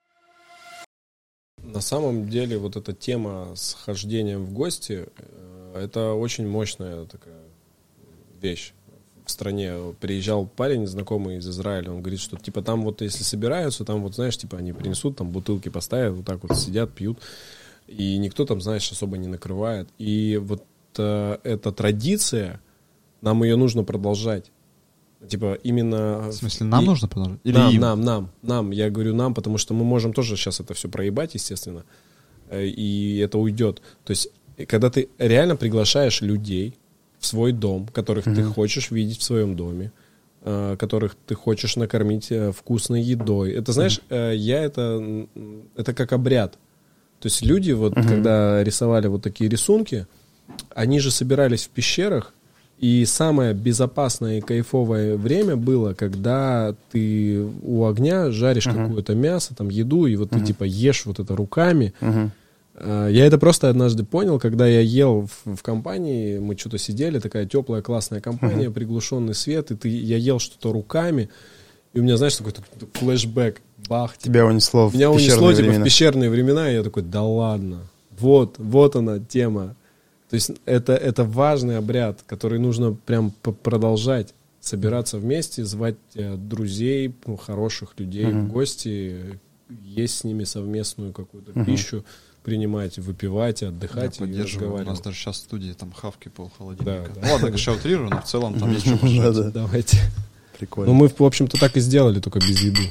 На самом деле вот эта тема с хождением в гости, это очень мощная такая вещь. В стране приезжал парень знакомый из Израиля, он говорит, что типа там вот если собираются, там вот знаешь, типа они принесут, там бутылки поставят, вот так вот сидят, пьют, и никто там, знаешь, особо не накрывает. И вот эта традиция, нам ее нужно продолжать. Типа именно... В смысле, нам нужно продолжать? Или нам. Я говорю нам, потому что мы можем тоже сейчас это все проебать, естественно, и это уйдет. То есть когда ты реально приглашаешь людей в свой дом, которых ты хочешь видеть в своем доме, которых ты хочешь накормить вкусной едой. Это, знаешь, это как обряд. То есть люди, вот, когда рисовали вот такие рисунки, они же собирались в пещерах, и самое безопасное и кайфовое время было, когда ты у огня жаришь какое-то мясо, там, еду, и вот ты, типа, ешь вот это руками. Я это просто однажды понял, когда я ел в компании, мы что-то сидели, такая теплая, классная компания, приглушенный свет, и я ел что-то руками, и у меня, знаешь, такой флешбэк, бах. Тебя унесло в меня унесло, времена. типа, в пещерные времена, и я такой, да ладно, вот она тема. То есть это важный обряд, который нужно прям продолжать, собираться вместе, звать друзей, хороших людей в гости, есть с ними совместную какую-то пищу, принимать, выпивать, отдыхать и разговаривать. У нас даже сейчас в студии там хавки полхолодильника. Да. Ладно, конечно, утрирую, но в целом там есть что пожрать. Давайте. Прикольно. Ну, мы, в общем-то, так и сделали, только без еды.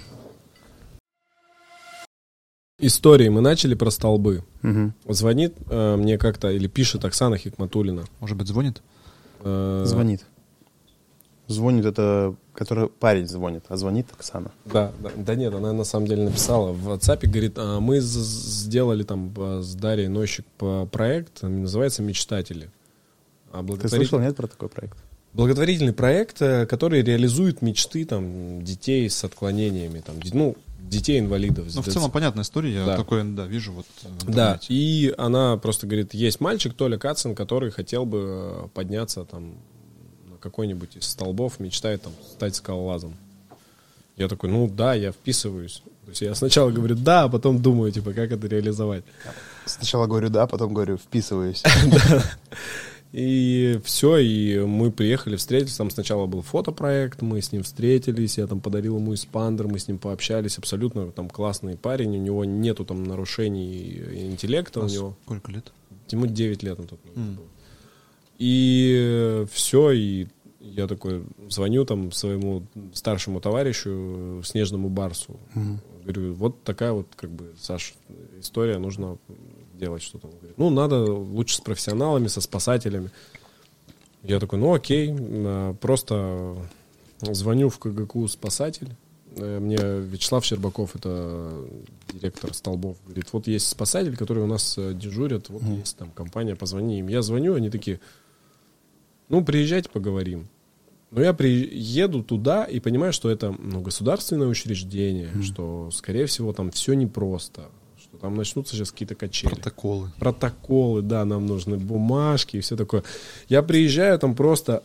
Истории мы начали про столбы. Звонит мне как-то, или пишет Оксана Хикматуллина. Может быть, звонит? Звонит. Звонит это, который парень звонит, а звонит Оксана. Да нет, она на самом деле написала в WhatsApp, говорит, мы сделали там с Дарьей Нойщик проект, называется «Мечтатели». Ты слышал, нет, про такой проект? Благотворительный проект, который реализует мечты там, детей с отклонениями, там, ну, детей-инвалидов. Ну, в целом, понятная история, я такое, вижу вот в интернете. Да, и она просто говорит, есть мальчик, Толя Кацин, который хотел бы подняться там на какой-нибудь из столбов, мечтает там стать скалолазом. Я такой, ну да, я вписываюсь. То есть я сначала говорю да, а потом думаю, типа, как это реализовать. Сначала говорю да, потом говорю вписываюсь. И все, и мы приехали, встретились, там сначала был фотопроект, мы с ним встретились, я там подарил ему эспандер, мы с ним пообщались, абсолютно там классный парень, у него нету там нарушений интеллекта. У него сколько лет? Ему 9 лет на тот момент было. И все, и я такой звоню там своему старшему товарищу, Снежному Барсу, говорю, вот такая вот, как бы, Саш, история, нужно делать что-то. Он говорит, ну, надо лучше с профессионалами, со спасателями. Я такой, ну, окей, просто звоню в КГКУ «Спасатель». Мне Вячеслав Щербаков, это директор столбов, говорит, вот есть спасатель, который у нас дежурят, вот есть там компания, позвони им. Я звоню, они такие, ну, приезжайте, поговорим. Но я приеду туда и понимаю, что это государственное учреждение, что, скорее всего, там все непросто. Там начнутся сейчас какие-то качели. Протоколы, да, нам нужны бумажки и все такое. Я приезжаю, там просто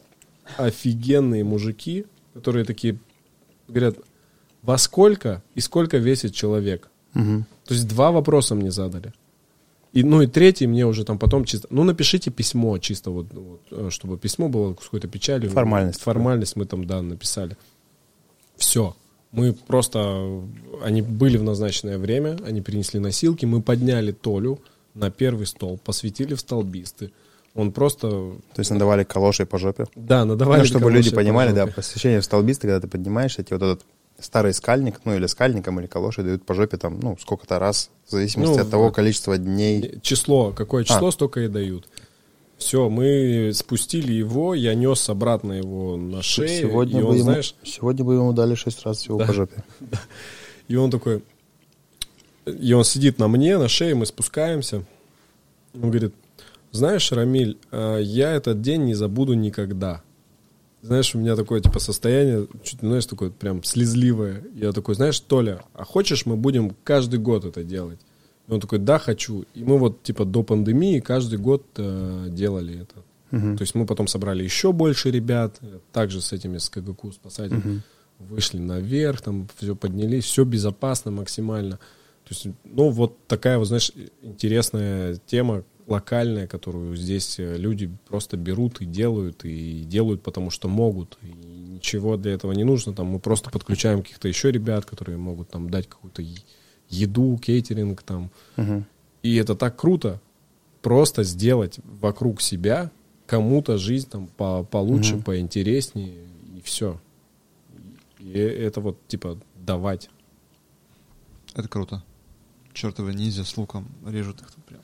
офигенные мужики, которые такие говорят, во сколько и сколько весит человек. То есть 2 вопроса мне задали. И 3 мне уже там потом чисто... напишите письмо чисто, вот, чтобы письмо было с какой-то печалью. Формальность мы там, написали. Все. Мы просто... Они были в назначенное время, они принесли носилки, мы подняли Толю на первый стол, посветили в столбисты. Он просто... То есть надавали калошей по жопе? Да, надавали калошей. Чтобы люди понимали, да, посвящение в столбисты, когда ты поднимаешься, тебе вот этот старый скальник, или скальником, или калошей дают по жопе там, сколько-то раз, в зависимости от того количества дней. Какое число, столько и дают. Все, мы спустили его, я нес обратно его на шею. Сегодня бы ему дали 6 раз всего по жопе. Да. И он такой... И он сидит на мне, на шее, мы спускаемся. Он говорит, знаешь, Рамиль, я этот день не забуду никогда. Знаешь, у меня такое, состояние, чуть, такое прям слезливое. Я такой, знаешь, Толя, а хочешь, мы будем каждый год это делать? И он такой, да, хочу. И мы до пандемии каждый год делали это. То есть мы потом собрали еще больше ребят, также с КГК спасателей. Вышли наверх, там все поднялись, все безопасно максимально. То есть, такая, знаешь, интересная тема, локальная, которую здесь люди просто берут и делают, потому что могут. И ничего для этого не нужно. Там мы просто подключаем каких-то еще ребят, которые могут там дать какую-то еду, кейтеринг там. И это так круто. Просто сделать вокруг себя кому-то жизнь там получше, поинтереснее, и все. И это давать. Это круто. Чертовы ниндзя с луком режут их тут прям.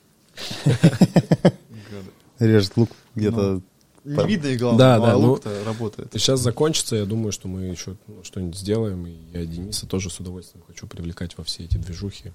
Режет лук где-то... Не видно и главное, лук-то работает. Сейчас закончится, я думаю, что мы еще что-нибудь сделаем, и я Дениса тоже с удовольствием хочу привлекать во все эти движухи.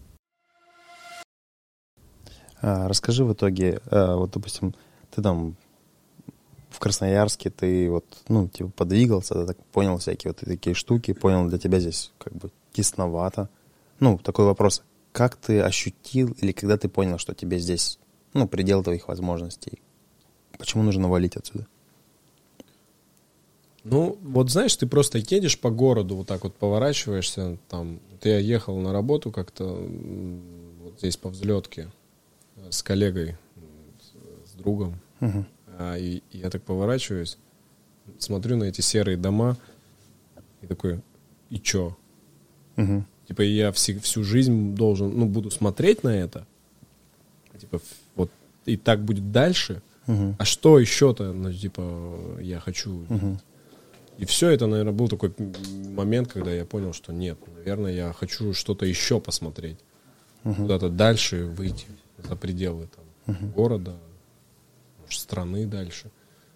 Расскажи в итоге, допустим, ты там в Красноярске, ты подвигался, ты так понял всякие такие штуки, понял, для тебя здесь тесновато. Такой вопрос. Как ты ощутил или когда ты понял, что тебе здесь, предел твоих возможностей? Почему нужно валить отсюда? Знаешь, ты просто едешь по городу, вот так вот поворачиваешься, там, я ехал на работу как-то здесь по Взлетке с коллегой, с другом, и я так поворачиваюсь, смотрю на эти серые дома и такой, и чё? Я всю жизнь буду смотреть на это, и так будет дальше, а что еще-то, я хочу. И все это, наверное, был такой момент, когда я понял, что нет, наверное, я хочу что-то еще посмотреть, куда-то дальше выйти, за пределы города, может, страны дальше.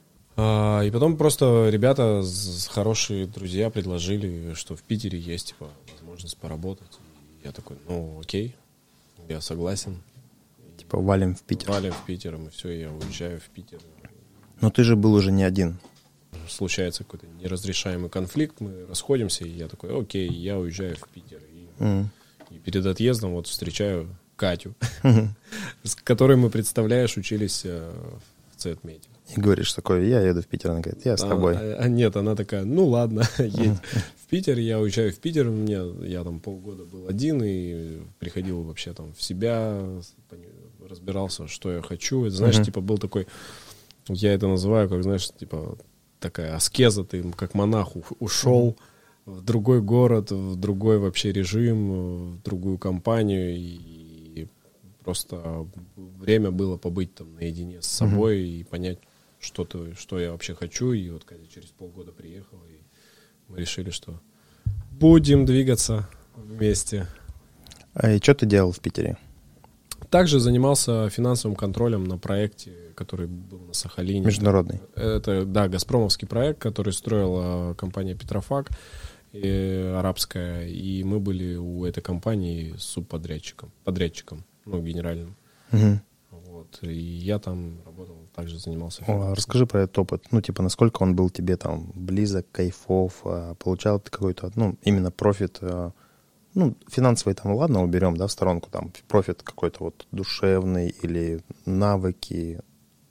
И потом просто ребята, хорошие друзья, предложили, что в Питере есть возможность поработать. И я такой, окей, я согласен. Валим в Питер. Валим в Питер, и все, я уезжаю в Питер. Но ты же был уже не один. Случается какой-то неразрешаемый конфликт, мы расходимся, и я такой, окей, я уезжаю в Питер. И перед отъездом встречаю Катю, с которой мы, представляешь, учились в Цветмете. И говоришь такое, я еду в Питер, она говорит, я с тобой. Нет, она такая, ладно, едь в Питер, я уезжаю в Питер, я там полгода был один и приходил вообще там в себя, разбирался, что я хочу. Это, знаешь, был такой, я это называю, как, знаешь, такая аскеза, ты как монах ушел в другой город, в другой вообще режим, в другую компанию, и просто время было побыть там наедине с собой и понять, что я вообще хочу. И вот Катя через полгода приехала, и мы решили, что будем двигаться вместе. И что ты делал в Питере? Также занимался финансовым контролем на проекте, который был на Сахалине. Международный? Это, да, газпромовский проект, который строила компания «Петрофак» арабская. И мы были у этой компании субподрядчиком, генеральным. Вот. И я там работал, также занимался финансом. Расскажи про этот опыт. Насколько он был тебе там близок, кайфов, получал ты какой-то, именно профит, финансовый там, ладно, уберем, да, в сторонку, там, профит какой-то душевный или навыки.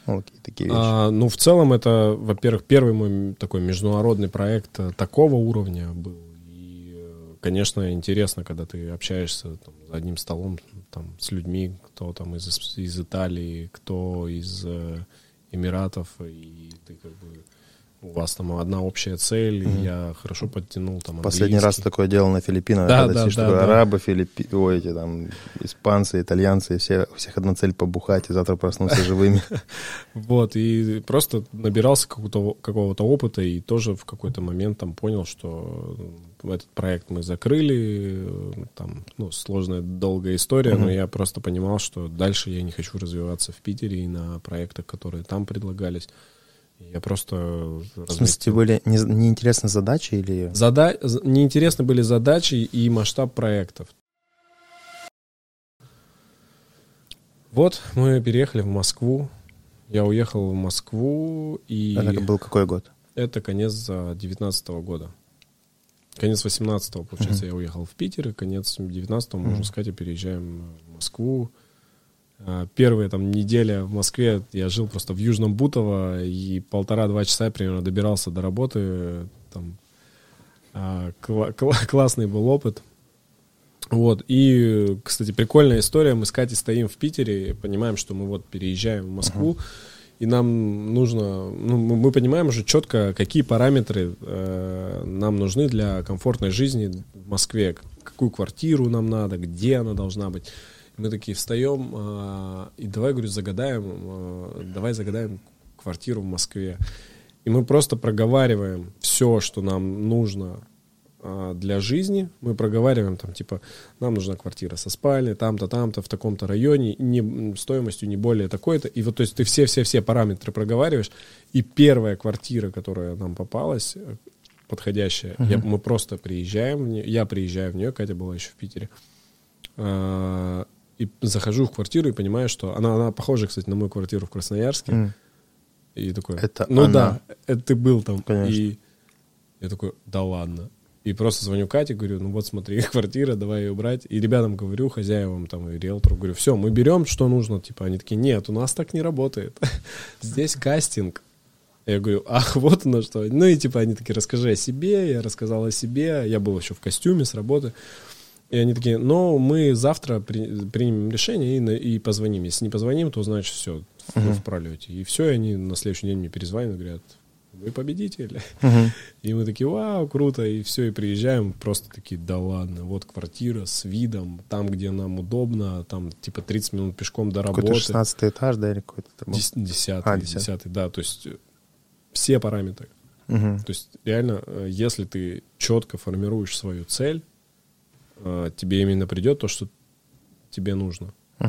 Ну, такие вещи. Ну, в целом, это, во-первых, первый мой такой международный проект такого уровня был. И, конечно, интересно, когда ты общаешься там, за одним столом там, с людьми, кто там из Италии, кто из Эмиратов, и ты как бы... У вас там одна общая цель, и я хорошо подтянул там английский. Последний раз такое делал на Филиппинах, когда арабы, эти там испанцы, итальянцы, у всех одна цель побухать и завтра проснуться живыми. Вот, и просто набирался какого-то опыта, и тоже в какой-то момент там понял, что этот проект мы закрыли, там, ну, сложная, долгая история, но я просто понимал, что дальше я не хочу развиваться в Питере и на проектах, которые там предлагались. Я просто... В смысле, были неинтересны задачи или... Неинтересны были задачи и масштаб проектов. Вот, мы переехали в Москву. Я уехал в Москву, и... Это был какой год? Это конец 19-го года. Конец 18-го, получается, я уехал в Питер, и конец 19-го, можно сказать, переезжаем в Москву. Первая там неделя в Москве я жил просто в Южном Бутово и 1,5-2 часа примерно добирался до работы. Там, классный был опыт. Вот. И, кстати, прикольная история. Мы с Катей стоим в Питере, понимаем, что мы вот переезжаем в Москву, и нам нужно... Ну, мы понимаем уже четко, какие параметры нам нужны для комфортной жизни в Москве. Какую квартиру нам надо, где она должна быть. Мы такие встаем, и давай, говорю, загадаем квартиру в Москве. И мы просто проговариваем все, что нам нужно для жизни. Мы проговариваем, там, типа, нам нужна квартира со спальней, там-то, там-то, в таком-то районе, стоимостью не более такой-то. И вот, то есть, ты все параметры проговариваешь, и первая квартира, которая нам попалась, подходящая, мы просто приезжаем в нее, я приезжаю в нее, Катя была еще в Питере, и захожу в квартиру и понимаю, что она похожа, кстати, на мою квартиру в Красноярске. И такой, это ну она. Да, это ты был там. Конечно. И я такой, да ладно. И просто звоню Кате, говорю, ну вот смотри, квартира, давай ее брать. И ребятам говорю, хозяевам там и риэлтору, говорю, все, мы берем, что нужно. Типа они такие, нет, у нас так не работает. Здесь кастинг. Я говорю, ах, вот оно что. Ну и типа они такие, расскажи о себе. Я рассказал о себе. Я был еще в костюме с работы. И они такие, ну, мы завтра примем решение и позвоним. Если не позвоним, то, значит, все, в пролете. И все, и они на следующий день мне перезвонят, говорят, вы победитель. И мы такие, вау, круто. И все, и приезжаем, просто такие, да ладно, вот квартира с видом, там, где нам удобно, там, типа, 30 минут пешком до работы. Какой-то 16-й этаж, да, или какой-то там был? 10-й, да, то есть все параметры. То есть реально, если ты четко формируешь свою цель, тебе именно придет то, что тебе нужно.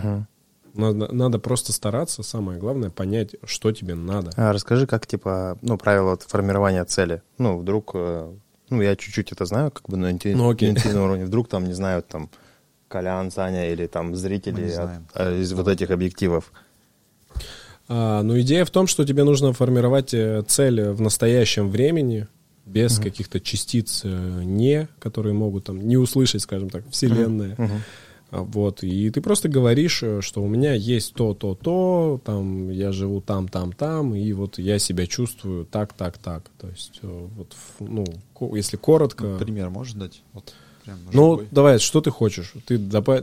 Надо просто стараться, самое главное, понять, что тебе надо. Расскажи, как, типа, ну, правила формирования цели. Ну, вдруг, ну, я чуть-чуть это знаю, как бы на интуитивном уровне. Вдруг там, не знаю, там, Колян, Саня или там зрители из вот этих объективов. Ну, идея в том, что тебе нужно формировать цель в настоящем времени, без каких-то частиц «не», которые могут там не услышать, скажем так, вселенная. Вот, и ты просто говоришь, что у меня есть то, там, я живу там, и вот я себя чувствую так. То есть, вот, ну, если коротко... Пример можешь дать? Вот, прям ну, давай, что ты хочешь? Ты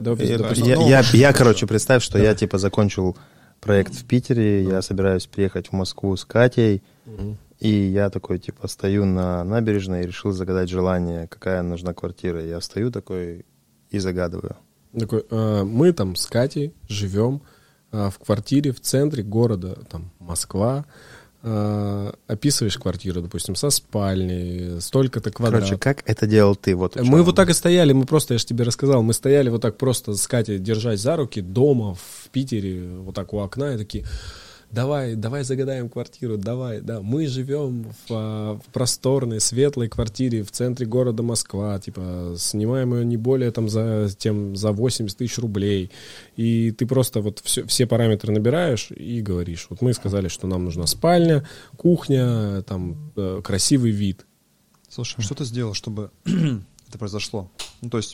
я, короче, представь, что я, типа, закончил проект в Питере, я собираюсь приехать в Москву с Катей, и я такой, типа, стою на набережной и решил загадать желание, какая нужна квартира. Я стою такой и загадываю. Такой, мы там с Катей живем в квартире в центре города, там, Москва. Описываешь квартиру, допустим, со спальней, столько-то квадратов. Короче, как это делал ты? Вот мы вот так и стояли, мы просто, я же тебе рассказал, мы стояли вот так просто с Катей, держась за руки, дома в Питере, вот так у окна, и такие... Давай загадаем квартиру, давай, да. Мы живем в просторной, светлой квартире в центре города Москва, типа, снимаем ее не более там за 80 тысяч рублей. И ты просто вот все параметры набираешь и говоришь. Вот мы сказали, что нам нужна спальня, кухня, там, красивый вид. Слушай, что ты сделал, чтобы это произошло? Ну, то есть,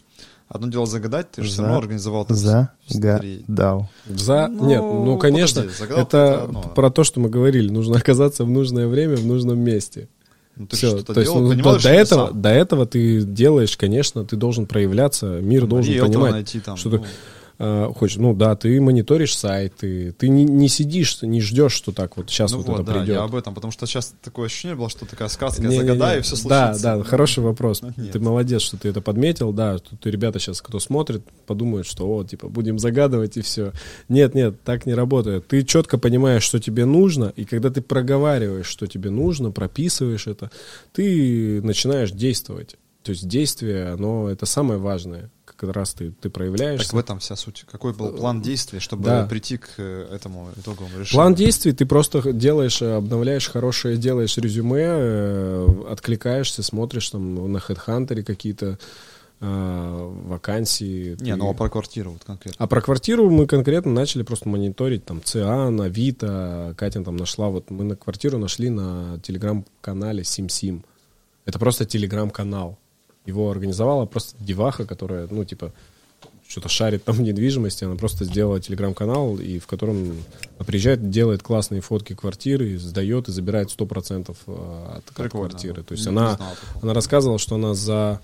Одно дело загадать, ты же все равно организовал. Загадал. Нет, ну, конечно, это про то, что мы говорили. Нужно оказаться в нужное время, в нужном месте. Ну, ты что-то делал, до этого ты делаешь, конечно, ты должен проявляться, мир должен понимать, найти, там, что ты хочешь. Ну да, ты мониторишь сайт, ты не сидишь, не ждешь, что так вот сейчас вот это придет. Я об этом, потому что сейчас такое ощущение было, что такая сказка, я загадаю, и все случится. Да, хороший вопрос. Ты молодец, что ты это подметил, да, тут ребята сейчас, кто смотрит, подумают, что, типа, будем загадывать и все. Нет, так не работает. Ты четко понимаешь, что тебе нужно, и когда ты проговариваешь, что тебе нужно, прописываешь это, ты начинаешь действовать. То есть действие, это самое важное. Как раз ты проявляешься. Так в этом вся суть. Какой был план действий, чтобы прийти к этому итоговому решению? План действий ты просто делаешь, обновляешь хорошее, делаешь резюме, откликаешься, смотришь там на HeadHunter какие-то вакансии. А про квартиру вот конкретно? А про квартиру мы конкретно начали просто мониторить там ЦИАН, Авито. Катя там нашла, мы на квартиру нашли на телеграм-канале SimSim. Это просто телеграм-канал. Его организовала просто деваха, которая, что-то шарит там в недвижимости. Она просто сделала телеграм-канал, и в котором приезжает, делает классные фотки квартиры, сдает и забирает 100% от квартиры. То есть она рассказывала, что она за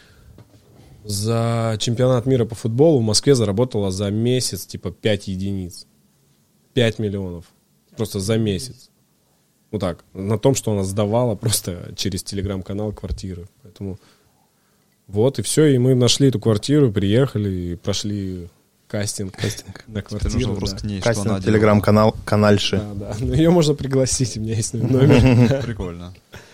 чемпионат мира по футболу в Москве заработала за месяц 5 единиц. 5 миллионов. Просто за месяц. Вот так. На том, что она сдавала просто через телеграм-канал квартиры. Поэтому... Вот, и все, и мы нашли эту квартиру, приехали и прошли кастинг на квартиру. Кастинг, телеграм-канал, канальши. Да. Ну, ее можно пригласить, у меня есть номер. Прикольно.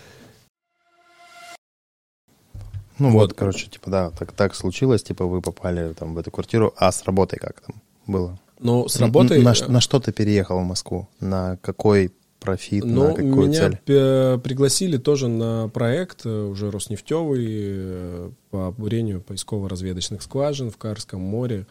Так случилось, вы попали там в эту квартиру, а с работой как там было? Ну, с работой... На что ты переехал в Москву? На какой профит, на какую цель? Меня пригласили тоже на проект уже Роснефтевый по бурению поисково-разведочных скважин в Карском море.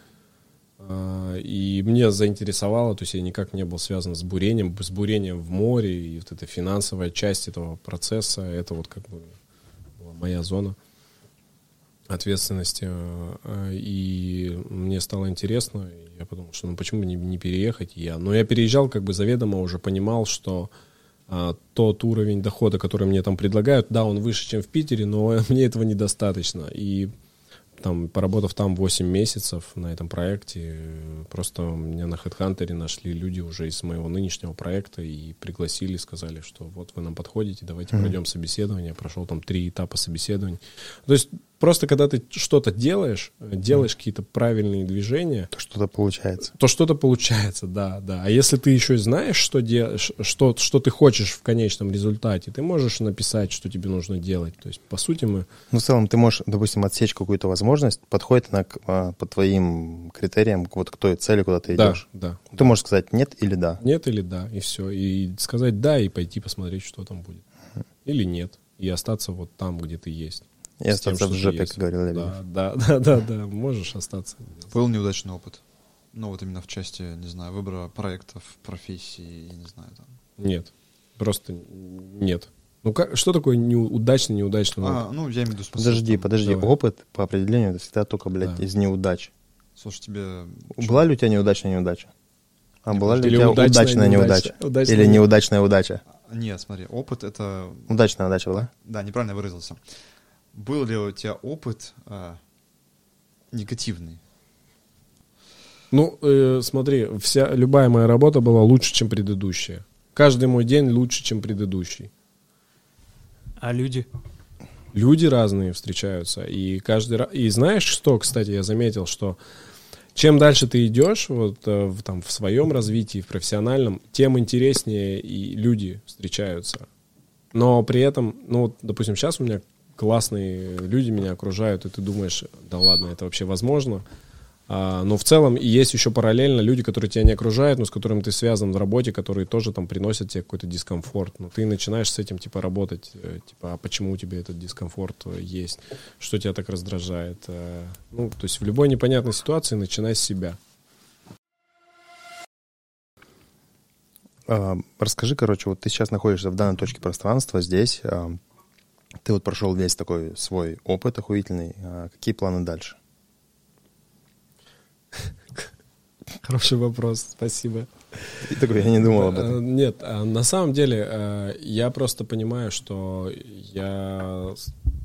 И мне заинтересовало, то есть я никак не был связан с бурением в море, и вот эта финансовая часть этого процесса, это вот как бы была моя зона ответственности. И мне стало интересно, и я подумал, что почему бы не переехать. Но я переезжал как бы заведомо, уже понимал, что тот уровень дохода, который мне там предлагают, да, он выше, чем в Питере, но мне этого недостаточно. И там, поработав там 8 месяцев на этом проекте, просто меня на HeadHunter нашли люди уже из моего нынешнего проекта и пригласили, сказали, что вот вы нам подходите, давайте пройдем собеседование. Я прошел там 3 этапа собеседований. То есть просто когда ты что-то делаешь какие-то правильные движения, то что-то получается. Да. А если ты еще знаешь, что ты хочешь в конечном результате, ты можешь написать, что тебе нужно делать. То есть, по сути, мы... в целом, ты можешь, допустим, отсечь какую-то возможность, подходит она по твоим критериям, вот к той цели, куда ты идешь. Да. Ты можешь сказать нет или да. Нет или да, и все. И сказать да, и пойти посмотреть, что там будет. Или нет. И остаться вот там, где ты есть. И остаться в жопе, как говорил Лебедев. Да, можешь остаться. Был неудачный опыт? Вот именно в части, не знаю, выбора проектов, профессии, я не знаю. Там. Нет, просто нет. Что такое неудачный опыт? Я имею в виду... Подожди. Давай. Опыт по определению это всегда только, из неудач. Слушай, тебе... Была ли у тебя неудачная неудача? Была ли у тебя удачная неудача? Или неудачная удача? Нет, смотри, опыт это... Удачная удача была? Да, неправильно выразился. Был ли у тебя опыт негативный? Смотри, любая моя работа была лучше, чем предыдущая. Каждый мой день лучше, чем предыдущий. А люди? Люди разные встречаются. И каждый раз... И знаешь что, кстати, я заметил, что чем дальше ты идешь в своем развитии, в профессиональном, тем интереснее и люди встречаются. Но при этом, допустим, сейчас у меня классные люди меня окружают, и ты думаешь, да ладно, это вообще возможно. Но в целом есть еще параллельно люди, которые тебя не окружают, но с которыми ты связан в работе, которые тоже там приносят тебе какой-то дискомфорт. Но ты начинаешь с этим работать, а почему у тебя этот дискомфорт есть, что тебя так раздражает. То есть в любой непонятной ситуации начинай с себя. Расскажи, вот ты сейчас находишься в данной точке пространства, здесь, ты прошел весь такой свой опыт охуительный. Какие планы дальше? Хороший вопрос, спасибо. И такой, я не думал об этом. Нет, на самом деле я просто понимаю, что я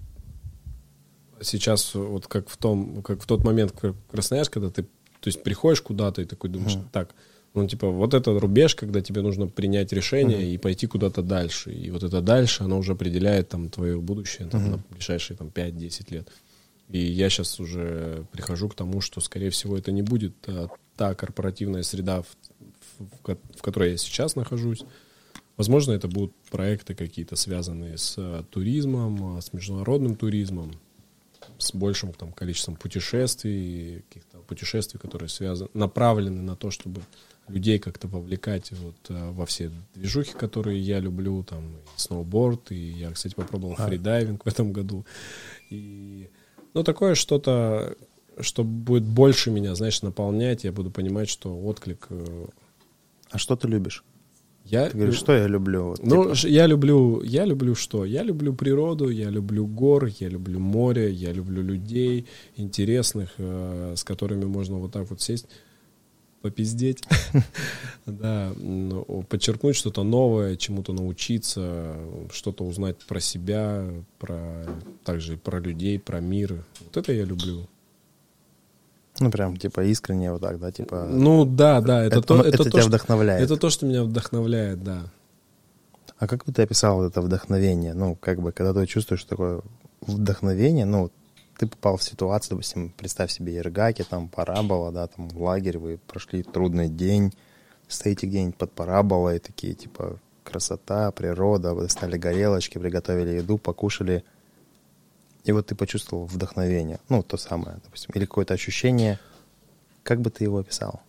сейчас вот как в тот момент в Красноярске, когда ты, то есть, приходишь куда-то и такой думаешь, так, ну, типа, вот это рубеж, когда тебе нужно принять решение и пойти куда-то дальше. И вот это дальше, оно уже определяет там твое будущее там, на ближайшие там 5-10 лет. И я сейчас уже прихожу к тому, что, скорее всего, это не будет та корпоративная среда, в которой я сейчас нахожусь. Возможно, это будут проекты какие-то, связанные с туризмом, с международным туризмом, с большим там количеством путешествий, каких-то путешествий, которые направлены на то, чтобы людей как-то вовлекать вот во все движухи, которые я люблю, там, и сноуборд, и я, кстати, попробовал фридайвинг в этом году. И, ну, такое что-то, что будет больше меня, знаешь, наполнять, я буду понимать, что отклик... А что ты любишь? Ты говоришь, что я люблю? Вот, ну, типа... я люблю что? Я люблю природу, я люблю гор, я люблю море, я люблю людей интересных, с которыми можно вот так вот сесть, попиздеть, да, подчеркнуть что-то новое, чему-то научиться, что-то узнать про себя, также про людей, про мир. Вот это я люблю. Ну, прям, типа, искренне вот так, да, типа... Ну, да, это тебя вдохновляет. Это то, что меня вдохновляет, да. А как бы ты описал это вдохновение? Ну, как бы, когда ты чувствуешь такое вдохновение, ну, ты попал в ситуацию, допустим, представь себе Иргаки, там, парабола, да, там, лагерь, вы прошли трудный день, стоите где-нибудь под параболой, такие, типа, красота, природа, вы достали горелочки, приготовили еду, покушали, и вот ты почувствовал вдохновение, ну, то самое, допустим, или какое-то ощущение, как бы ты его описал?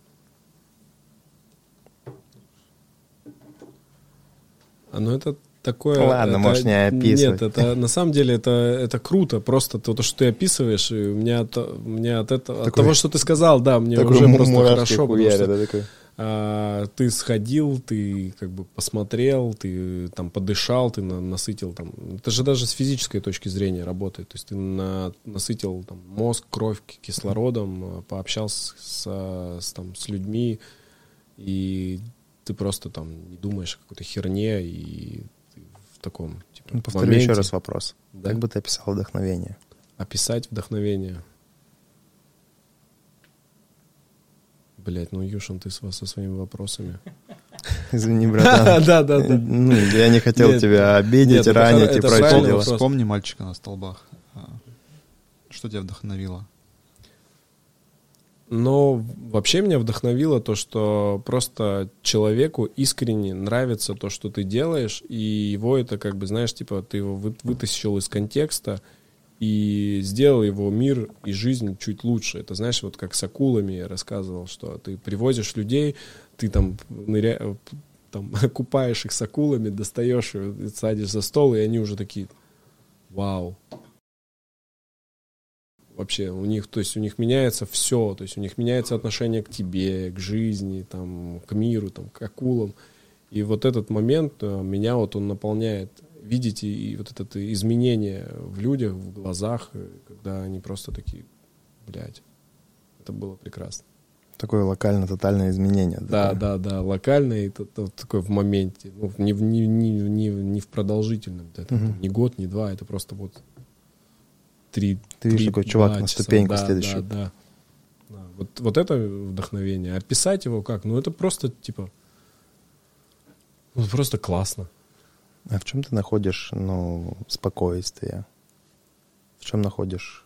Ну, это такое... Ладно, можешь не описывать. Нет, это на самом деле это круто. Просто то, что ты описываешь, и у меня от этого, от того, что ты сказал, да, мне уже просто хорошо, потому что ты сходил, ты как бы посмотрел, ты там подышал, ты насытил там. Это же даже с физической точки зрения работает. То есть ты насытил там мозг, кровь кислородом, пообщался с людьми, и ты просто там не думаешь о какой-то херне, и ты в таком типа, повторю моменте. Еще раз вопрос. Да? Как бы ты описал вдохновение? Описать вдохновение. Блять, ну, Юшин, ты со своими вопросами. Извини, братан. Да. Ну, я не хотел тебя обидеть, ранить и прочее дела. Вспомни мальчика на столбах. Что тебя вдохновило? Но вообще меня вдохновило то, что просто человеку искренне нравится то, что ты делаешь, и его это как бы, знаешь, типа ты его вытащил из контекста и сделал его мир и жизнь чуть лучше. Это, знаешь, вот как с акулами я рассказывал, что ты привозишь людей, ты там купаешь их с акулами, достаешь их, садишь за стол, и они уже такие, вау. Вообще у них меняется все, то есть у них меняется отношение к тебе, к жизни, там, к миру, там, к акулам. И вот этот момент меня вот он наполняет. Видите, и вот это изменение в людях, в глазах, когда они просто такие, блядь, это было прекрасно. Такое локально-тотальное изменение. Да, локальное, это такое в моменте, ну, не в продолжительном, это не год, не два, это просто вот Ты видишь такой чувак на ступеньку следующую. Да. Вот это вдохновение. А писать его как? Ну, это просто, типа, ну, просто классно. А в чем ты находишь, ну, спокойствие? В чем находишь,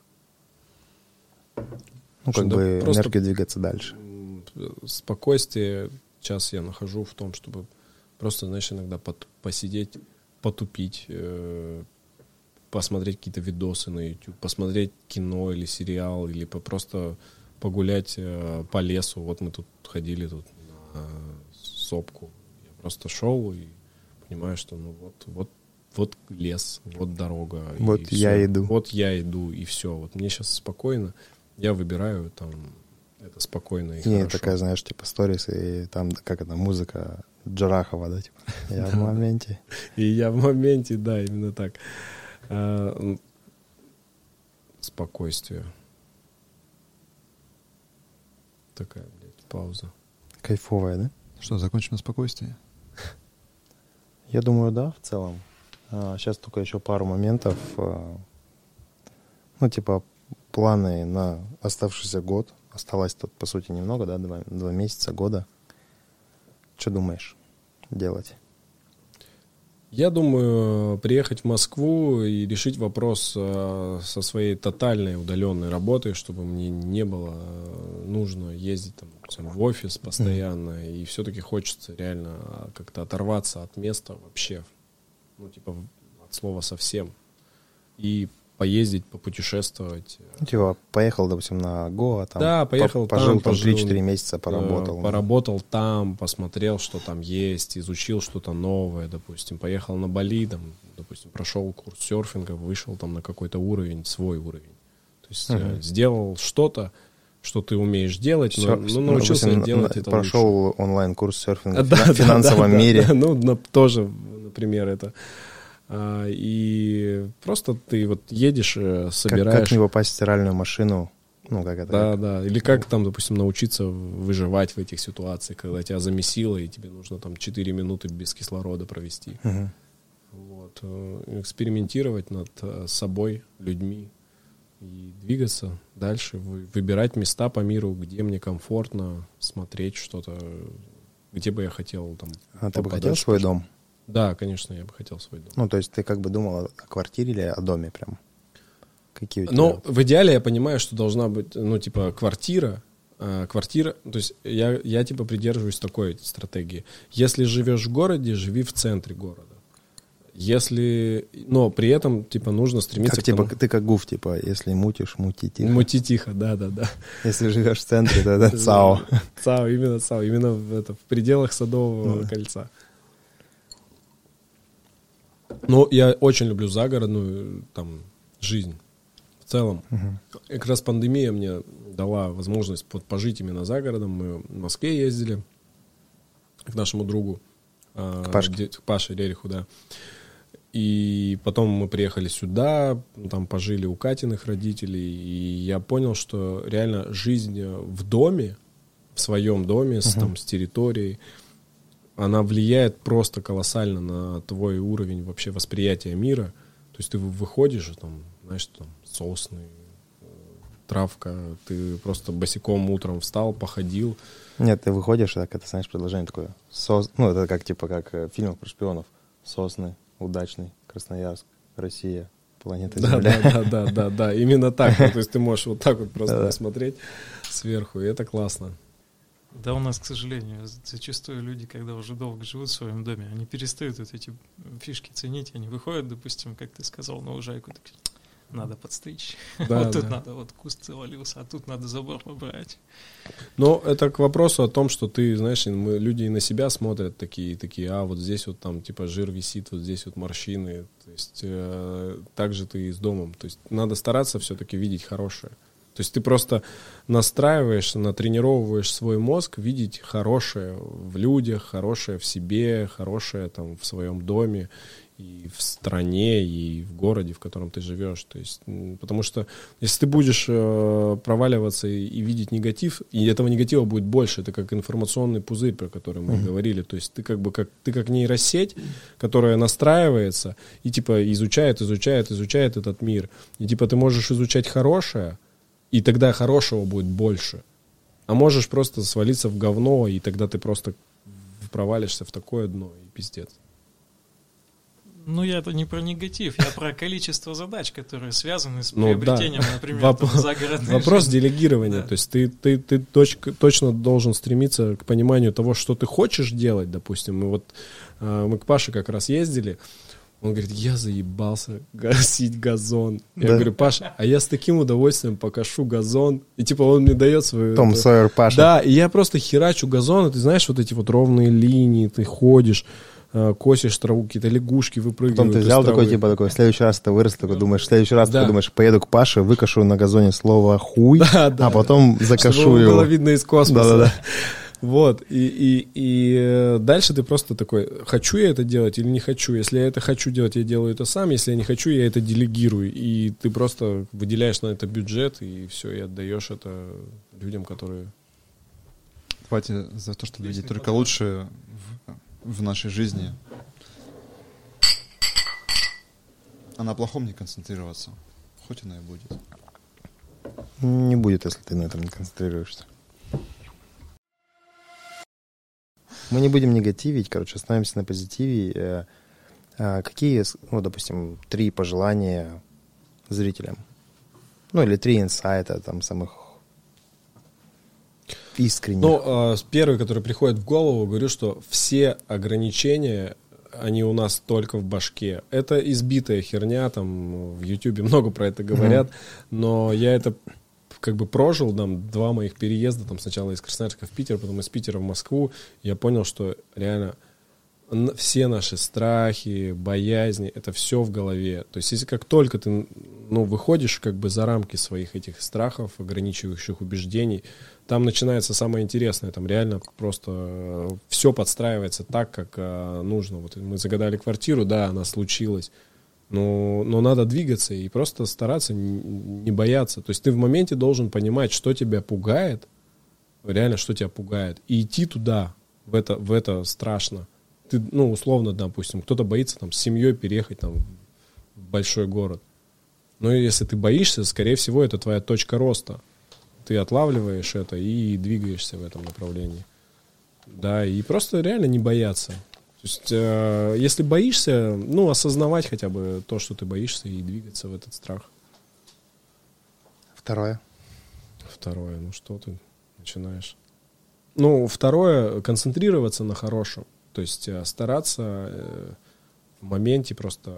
ну, как бы энергию двигаться дальше? Спокойствие сейчас я нахожу в том, чтобы просто, знаешь, иногда посидеть, потупить, посмотреть какие-то видосы на YouTube, посмотреть кино или сериал, или просто погулять по лесу. Вот мы тут ходили тут на сопку. Я просто шел и понимаю, что ну вот лес, вот дорога. Вот я иду. Вот я иду, и все. Вот мне сейчас спокойно. Я выбираю там это спокойно и хорошо. Такая, знаешь, типа сторис, и там, как это, музыка Джарахова, да, типа. Я в моменте. И я в моменте, да, именно так. Спокойствие. Такая, блядь. пауза. Кайфовая, да? Что, закончим на спокойствии? Я думаю, да, в целом. Сейчас только еще пару моментов. Ну, типа, планы на оставшийся год. Осталось тут, по сути, немного, да, 2 месяца, года. Что думаешь делать? Я думаю, приехать в Москву и решить вопрос со своей тотальной удаленной работой, чтобы мне не было нужно ездить там в офис постоянно. И все-таки хочется реально как-то оторваться от места вообще. Ну, типа, от слова совсем. И поездить, попутешествовать. Ну, типа, поехал, допустим, на Гоа, там, да, поехал пожил там, 3-4 месяца, поработал. Поработал там, посмотрел, что там есть, изучил что-то новое, допустим. Поехал на Бали, там, допустим, прошел курс серфинга, вышел там на какой-то уровень, свой уровень. То есть сделал что-то, что ты умеешь делать, но научился допустим, делать это прошел лучше. онлайн-курс серфинга в финансовом мире. Да, ну, тоже, например, это... И просто ты вот едешь, собираешь... Как не попасть в стиральную машину? Ну, как это? Да. Или как там, допустим, научиться выживать в этих ситуациях, когда тебя замесило, и тебе нужно там 4 минуты без кислорода провести. Вот. Экспериментировать над собой, людьми и двигаться дальше, выбирать места по миру, где мне комфортно смотреть что-то, где бы я хотел там... А ты бы хотел свой дом? Да, конечно, я бы хотел свой дом. Ну, то есть ты как бы думал о квартире или о доме прям? Какие у тебя? Ну, в идеале я понимаю, что должна быть, ну, типа, квартира. То есть я типа придерживаюсь такой стратегии. Если живешь в городе, живи в центре города. Но при этом, типа, нужно стремиться как, типа, ты как гуф, типа, если мутишь, мути тихо. Мути тихо, да. Если живешь в центре, то это ЦАО. ЦАО, именно в пределах Садового кольца. Ну, я очень люблю загородную там жизнь в целом. И как раз пандемия мне дала возможность пожить именно за городом. Мы в Москве ездили к нашему другу. К Паше Рериху, да. И потом мы приехали сюда, там пожили у Катиных родителей. И я понял, что реально жизнь в доме, в своем доме, с территорией, она влияет просто колоссально на твой уровень вообще восприятия мира. То есть ты выходишь, там, знаешь, там сосны, травка, ты просто босиком утром встал, походил. Нет, ты выходишь, так это, знаешь, предложение такое. Ну, это как, типа, как в фильмах про шпионов. Сосны, Удачный, Красноярск, Россия, планета Земля. Да, именно так. То есть ты можешь вот так вот просто посмотреть сверху, и это классно. Да, у нас, к сожалению, зачастую люди, когда уже долго живут в своем доме, они перестают вот эти фишки ценить, они выходят, допустим, как ты сказал, на лужайку, так, надо подстричь, вот тут надо, вот куст завалился, а тут надо забор побрать. Ну, это к вопросу о том, что ты, знаешь, люди и на себя смотрят такие, вот здесь вот там типа жир висит, вот здесь вот морщины, то есть так же ты и с домом, то есть надо стараться все-таки видеть хорошее. То есть ты просто настраиваешь, натренировываешь свой мозг видеть хорошее в людях, хорошее в себе, хорошее там в своем доме, и в стране, и в городе, в котором ты живешь. То есть, потому что если ты будешь проваливаться и видеть негатив, и этого негатива будет больше, это как информационный пузырь, про который мы говорили. То есть ты как нейросеть, которая настраивается и типа изучает этот мир. И типа ты можешь изучать хорошее, и тогда хорошего будет больше. А можешь просто свалиться в говно, и тогда ты просто провалишься в такое дно, и пиздец. Ну, я это не про негатив, я про количество задач, которые связаны с приобретением, например, загородной Вопрос жизни. делегирования. Да. То есть ты точно должен стремиться к пониманию того, что ты хочешь делать, допустим. И вот мы к Паше как раз ездили. Он говорит, я заебался гасить газон. Я говорю, Паша, а я с таким удовольствием покашу газон. И типа он мне дает свою... Том Сойер Паша. Да, и я просто херачу газон, и ты знаешь, вот эти вот ровные линии, ты ходишь, косишь траву, какие-то лягушки выпрыгивают. Потом ты взял такой, типа, в следующий раз это вырос, такой думаешь, в следующий раз ты думаешь, поеду к Паше, выкашу на газоне слово хуй, а потом закашу его. Было видно из космоса. Да. Вот, и дальше ты просто такой, хочу я это делать или не хочу. Если я это хочу делать, я делаю это сам. Если я не хочу, я это делегирую. И ты просто выделяешь на это бюджет, и все, и отдаешь это людям, которые выступайте за то, чтобы видеть только лучшее в нашей жизни. А на плохом не концентрироваться. Хоть оно и будет. Не будет, если ты на этом не концентрируешься. Мы не будем негативить, остановимся на позитиве. Какие, допустим, 3 пожелания зрителям? Или 3 инсайта, самых искренних. Первый, который приходит в голову, говорю, что все ограничения, они у нас только в башке. Это избитая херня, в Ютубе много про это говорят, но я это прожил, 2 моих переезда, сначала из Красноярска в Питер, потом из Питера в Москву. Я понял, что реально все наши страхи, боязни, это все в голове. То есть, если как только ты выходишь за рамки своих этих страхов, ограничивающих убеждений, там начинается самое интересное. Там реально просто все подстраивается так, как нужно. Вот мы загадали квартиру, да, она случилась. Но надо двигаться и просто стараться не бояться. То есть ты в моменте должен понимать, что тебя пугает, реально, что тебя пугает, и идти туда, в это страшно. Ты, условно, допустим, кто-то боится с семьей переехать в большой город. Но если ты боишься, скорее всего, это твоя точка роста. Ты отлавливаешь это и двигаешься в этом направлении. Да, и просто реально не бояться. То есть, если боишься, осознавать хотя бы то, что ты боишься, и двигаться в этот страх. Второе, что ты начинаешь? Второе, концентрироваться на хорошем. То есть стараться в моменте просто...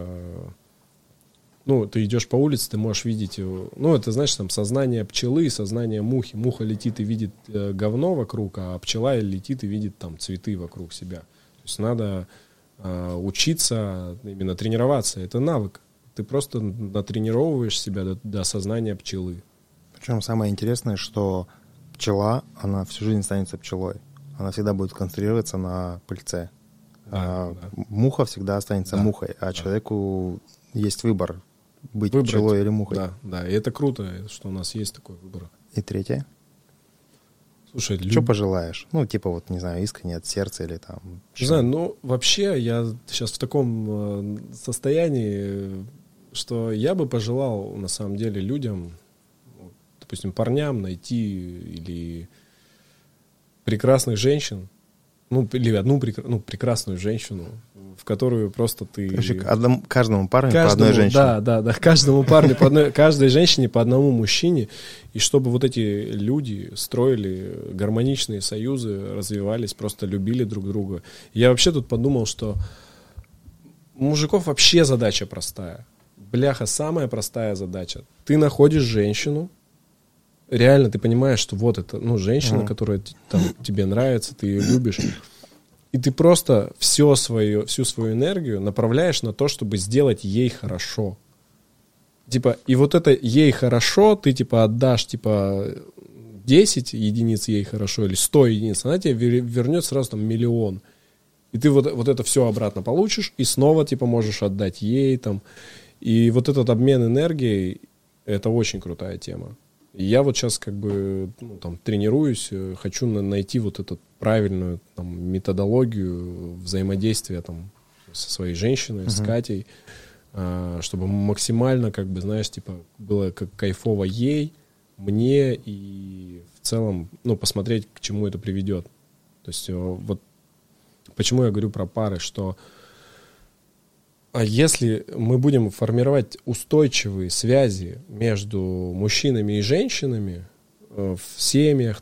ты идешь по улице, ты можешь видеть... это, знаешь, сознание пчелы и сознание мухи. Муха летит и видит говно вокруг, а пчела летит и видит цветы вокруг себя. То есть надо учиться, именно тренироваться. Это навык. Ты просто натренировываешь себя до сознания пчелы. Причем самое интересное, что пчела, она всю жизнь останется пчелой. Она всегда будет концентрироваться на пыльце. Да. Муха всегда останется мухой, а человеку есть выбор быть пчелой или мухой. Да, и это круто, что у нас есть такой выбор. И третье? Слушай, что пожелаешь? Не знаю, искренне от сердца или Не знаю, вообще я сейчас в таком состоянии, что я бы пожелал, на самом деле, людям, допустим, парням найти или прекрасных женщин, или одну прекрасную женщину, в которую просто ты... Каждому парню по одной женщине. Да, каждому парню по одной, каждой женщине по одному мужчине, и чтобы вот эти люди строили гармоничные союзы, развивались, просто любили друг друга. Я вообще тут подумал, что у мужиков вообще задача простая. Бляха, самая простая задача. Ты находишь женщину, реально ты понимаешь, что вот это, женщина, которая тебе нравится, ты ее любишь, и ты просто всю свою энергию направляешь на то, чтобы сделать ей хорошо. И вот это ей хорошо, ты отдашь 10 единиц ей хорошо или 100 единиц, она тебе вернет сразу 1 миллион. И ты вот это все обратно получишь, и снова можешь отдать ей И вот этот обмен энергией, это очень крутая тема. И я вот сейчас тренируюсь, хочу найти вот эту правильную методологию взаимодействия со своей женщиной, с Катей, чтобы максимально, было кайфово ей, мне и в целом, посмотреть, к чему это приведет. То есть вот почему я говорю про пары, что если мы будем формировать устойчивые связи между мужчинами и женщинами в семьях,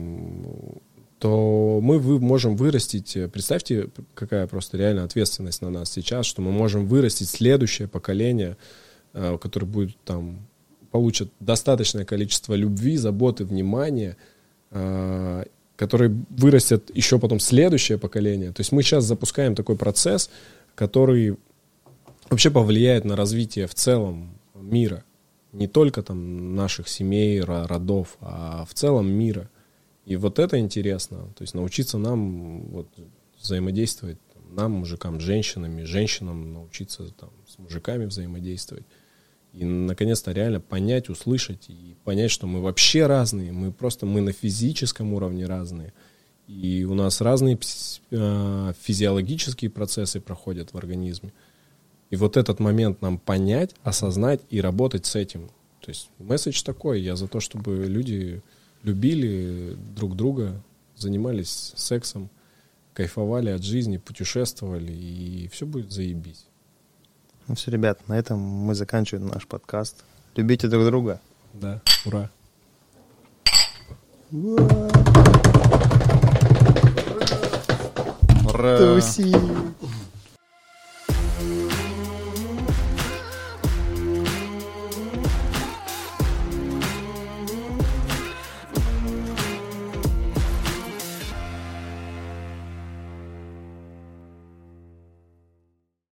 то мы можем вырастить, представьте, какая просто реально ответственность на нас сейчас, что мы можем вырастить следующее поколение, которое получит достаточное количество любви, заботы, внимания, которые вырастет еще потом следующее поколение. То есть мы сейчас запускаем такой процесс, который вообще повлияет на развитие в целом мира. Не только наших семей, родов, а в целом мира. И вот это интересно. То есть научиться нам взаимодействовать, нам, мужикам, с женщинами, женщинам научиться с мужиками взаимодействовать. И наконец-то реально понять, услышать и понять, что мы вообще разные. Мы на физическом уровне разные. И у нас разные физиологические процессы проходят в организме. И вот этот момент нам понять, осознать и работать с этим. То есть месседж такой, я за то, чтобы люди любили друг друга, занимались сексом, кайфовали от жизни, путешествовали, и все будет заебись. Ну все, ребят, на этом мы заканчиваем наш подкаст. Любите друг друга. Да, ура. Туси.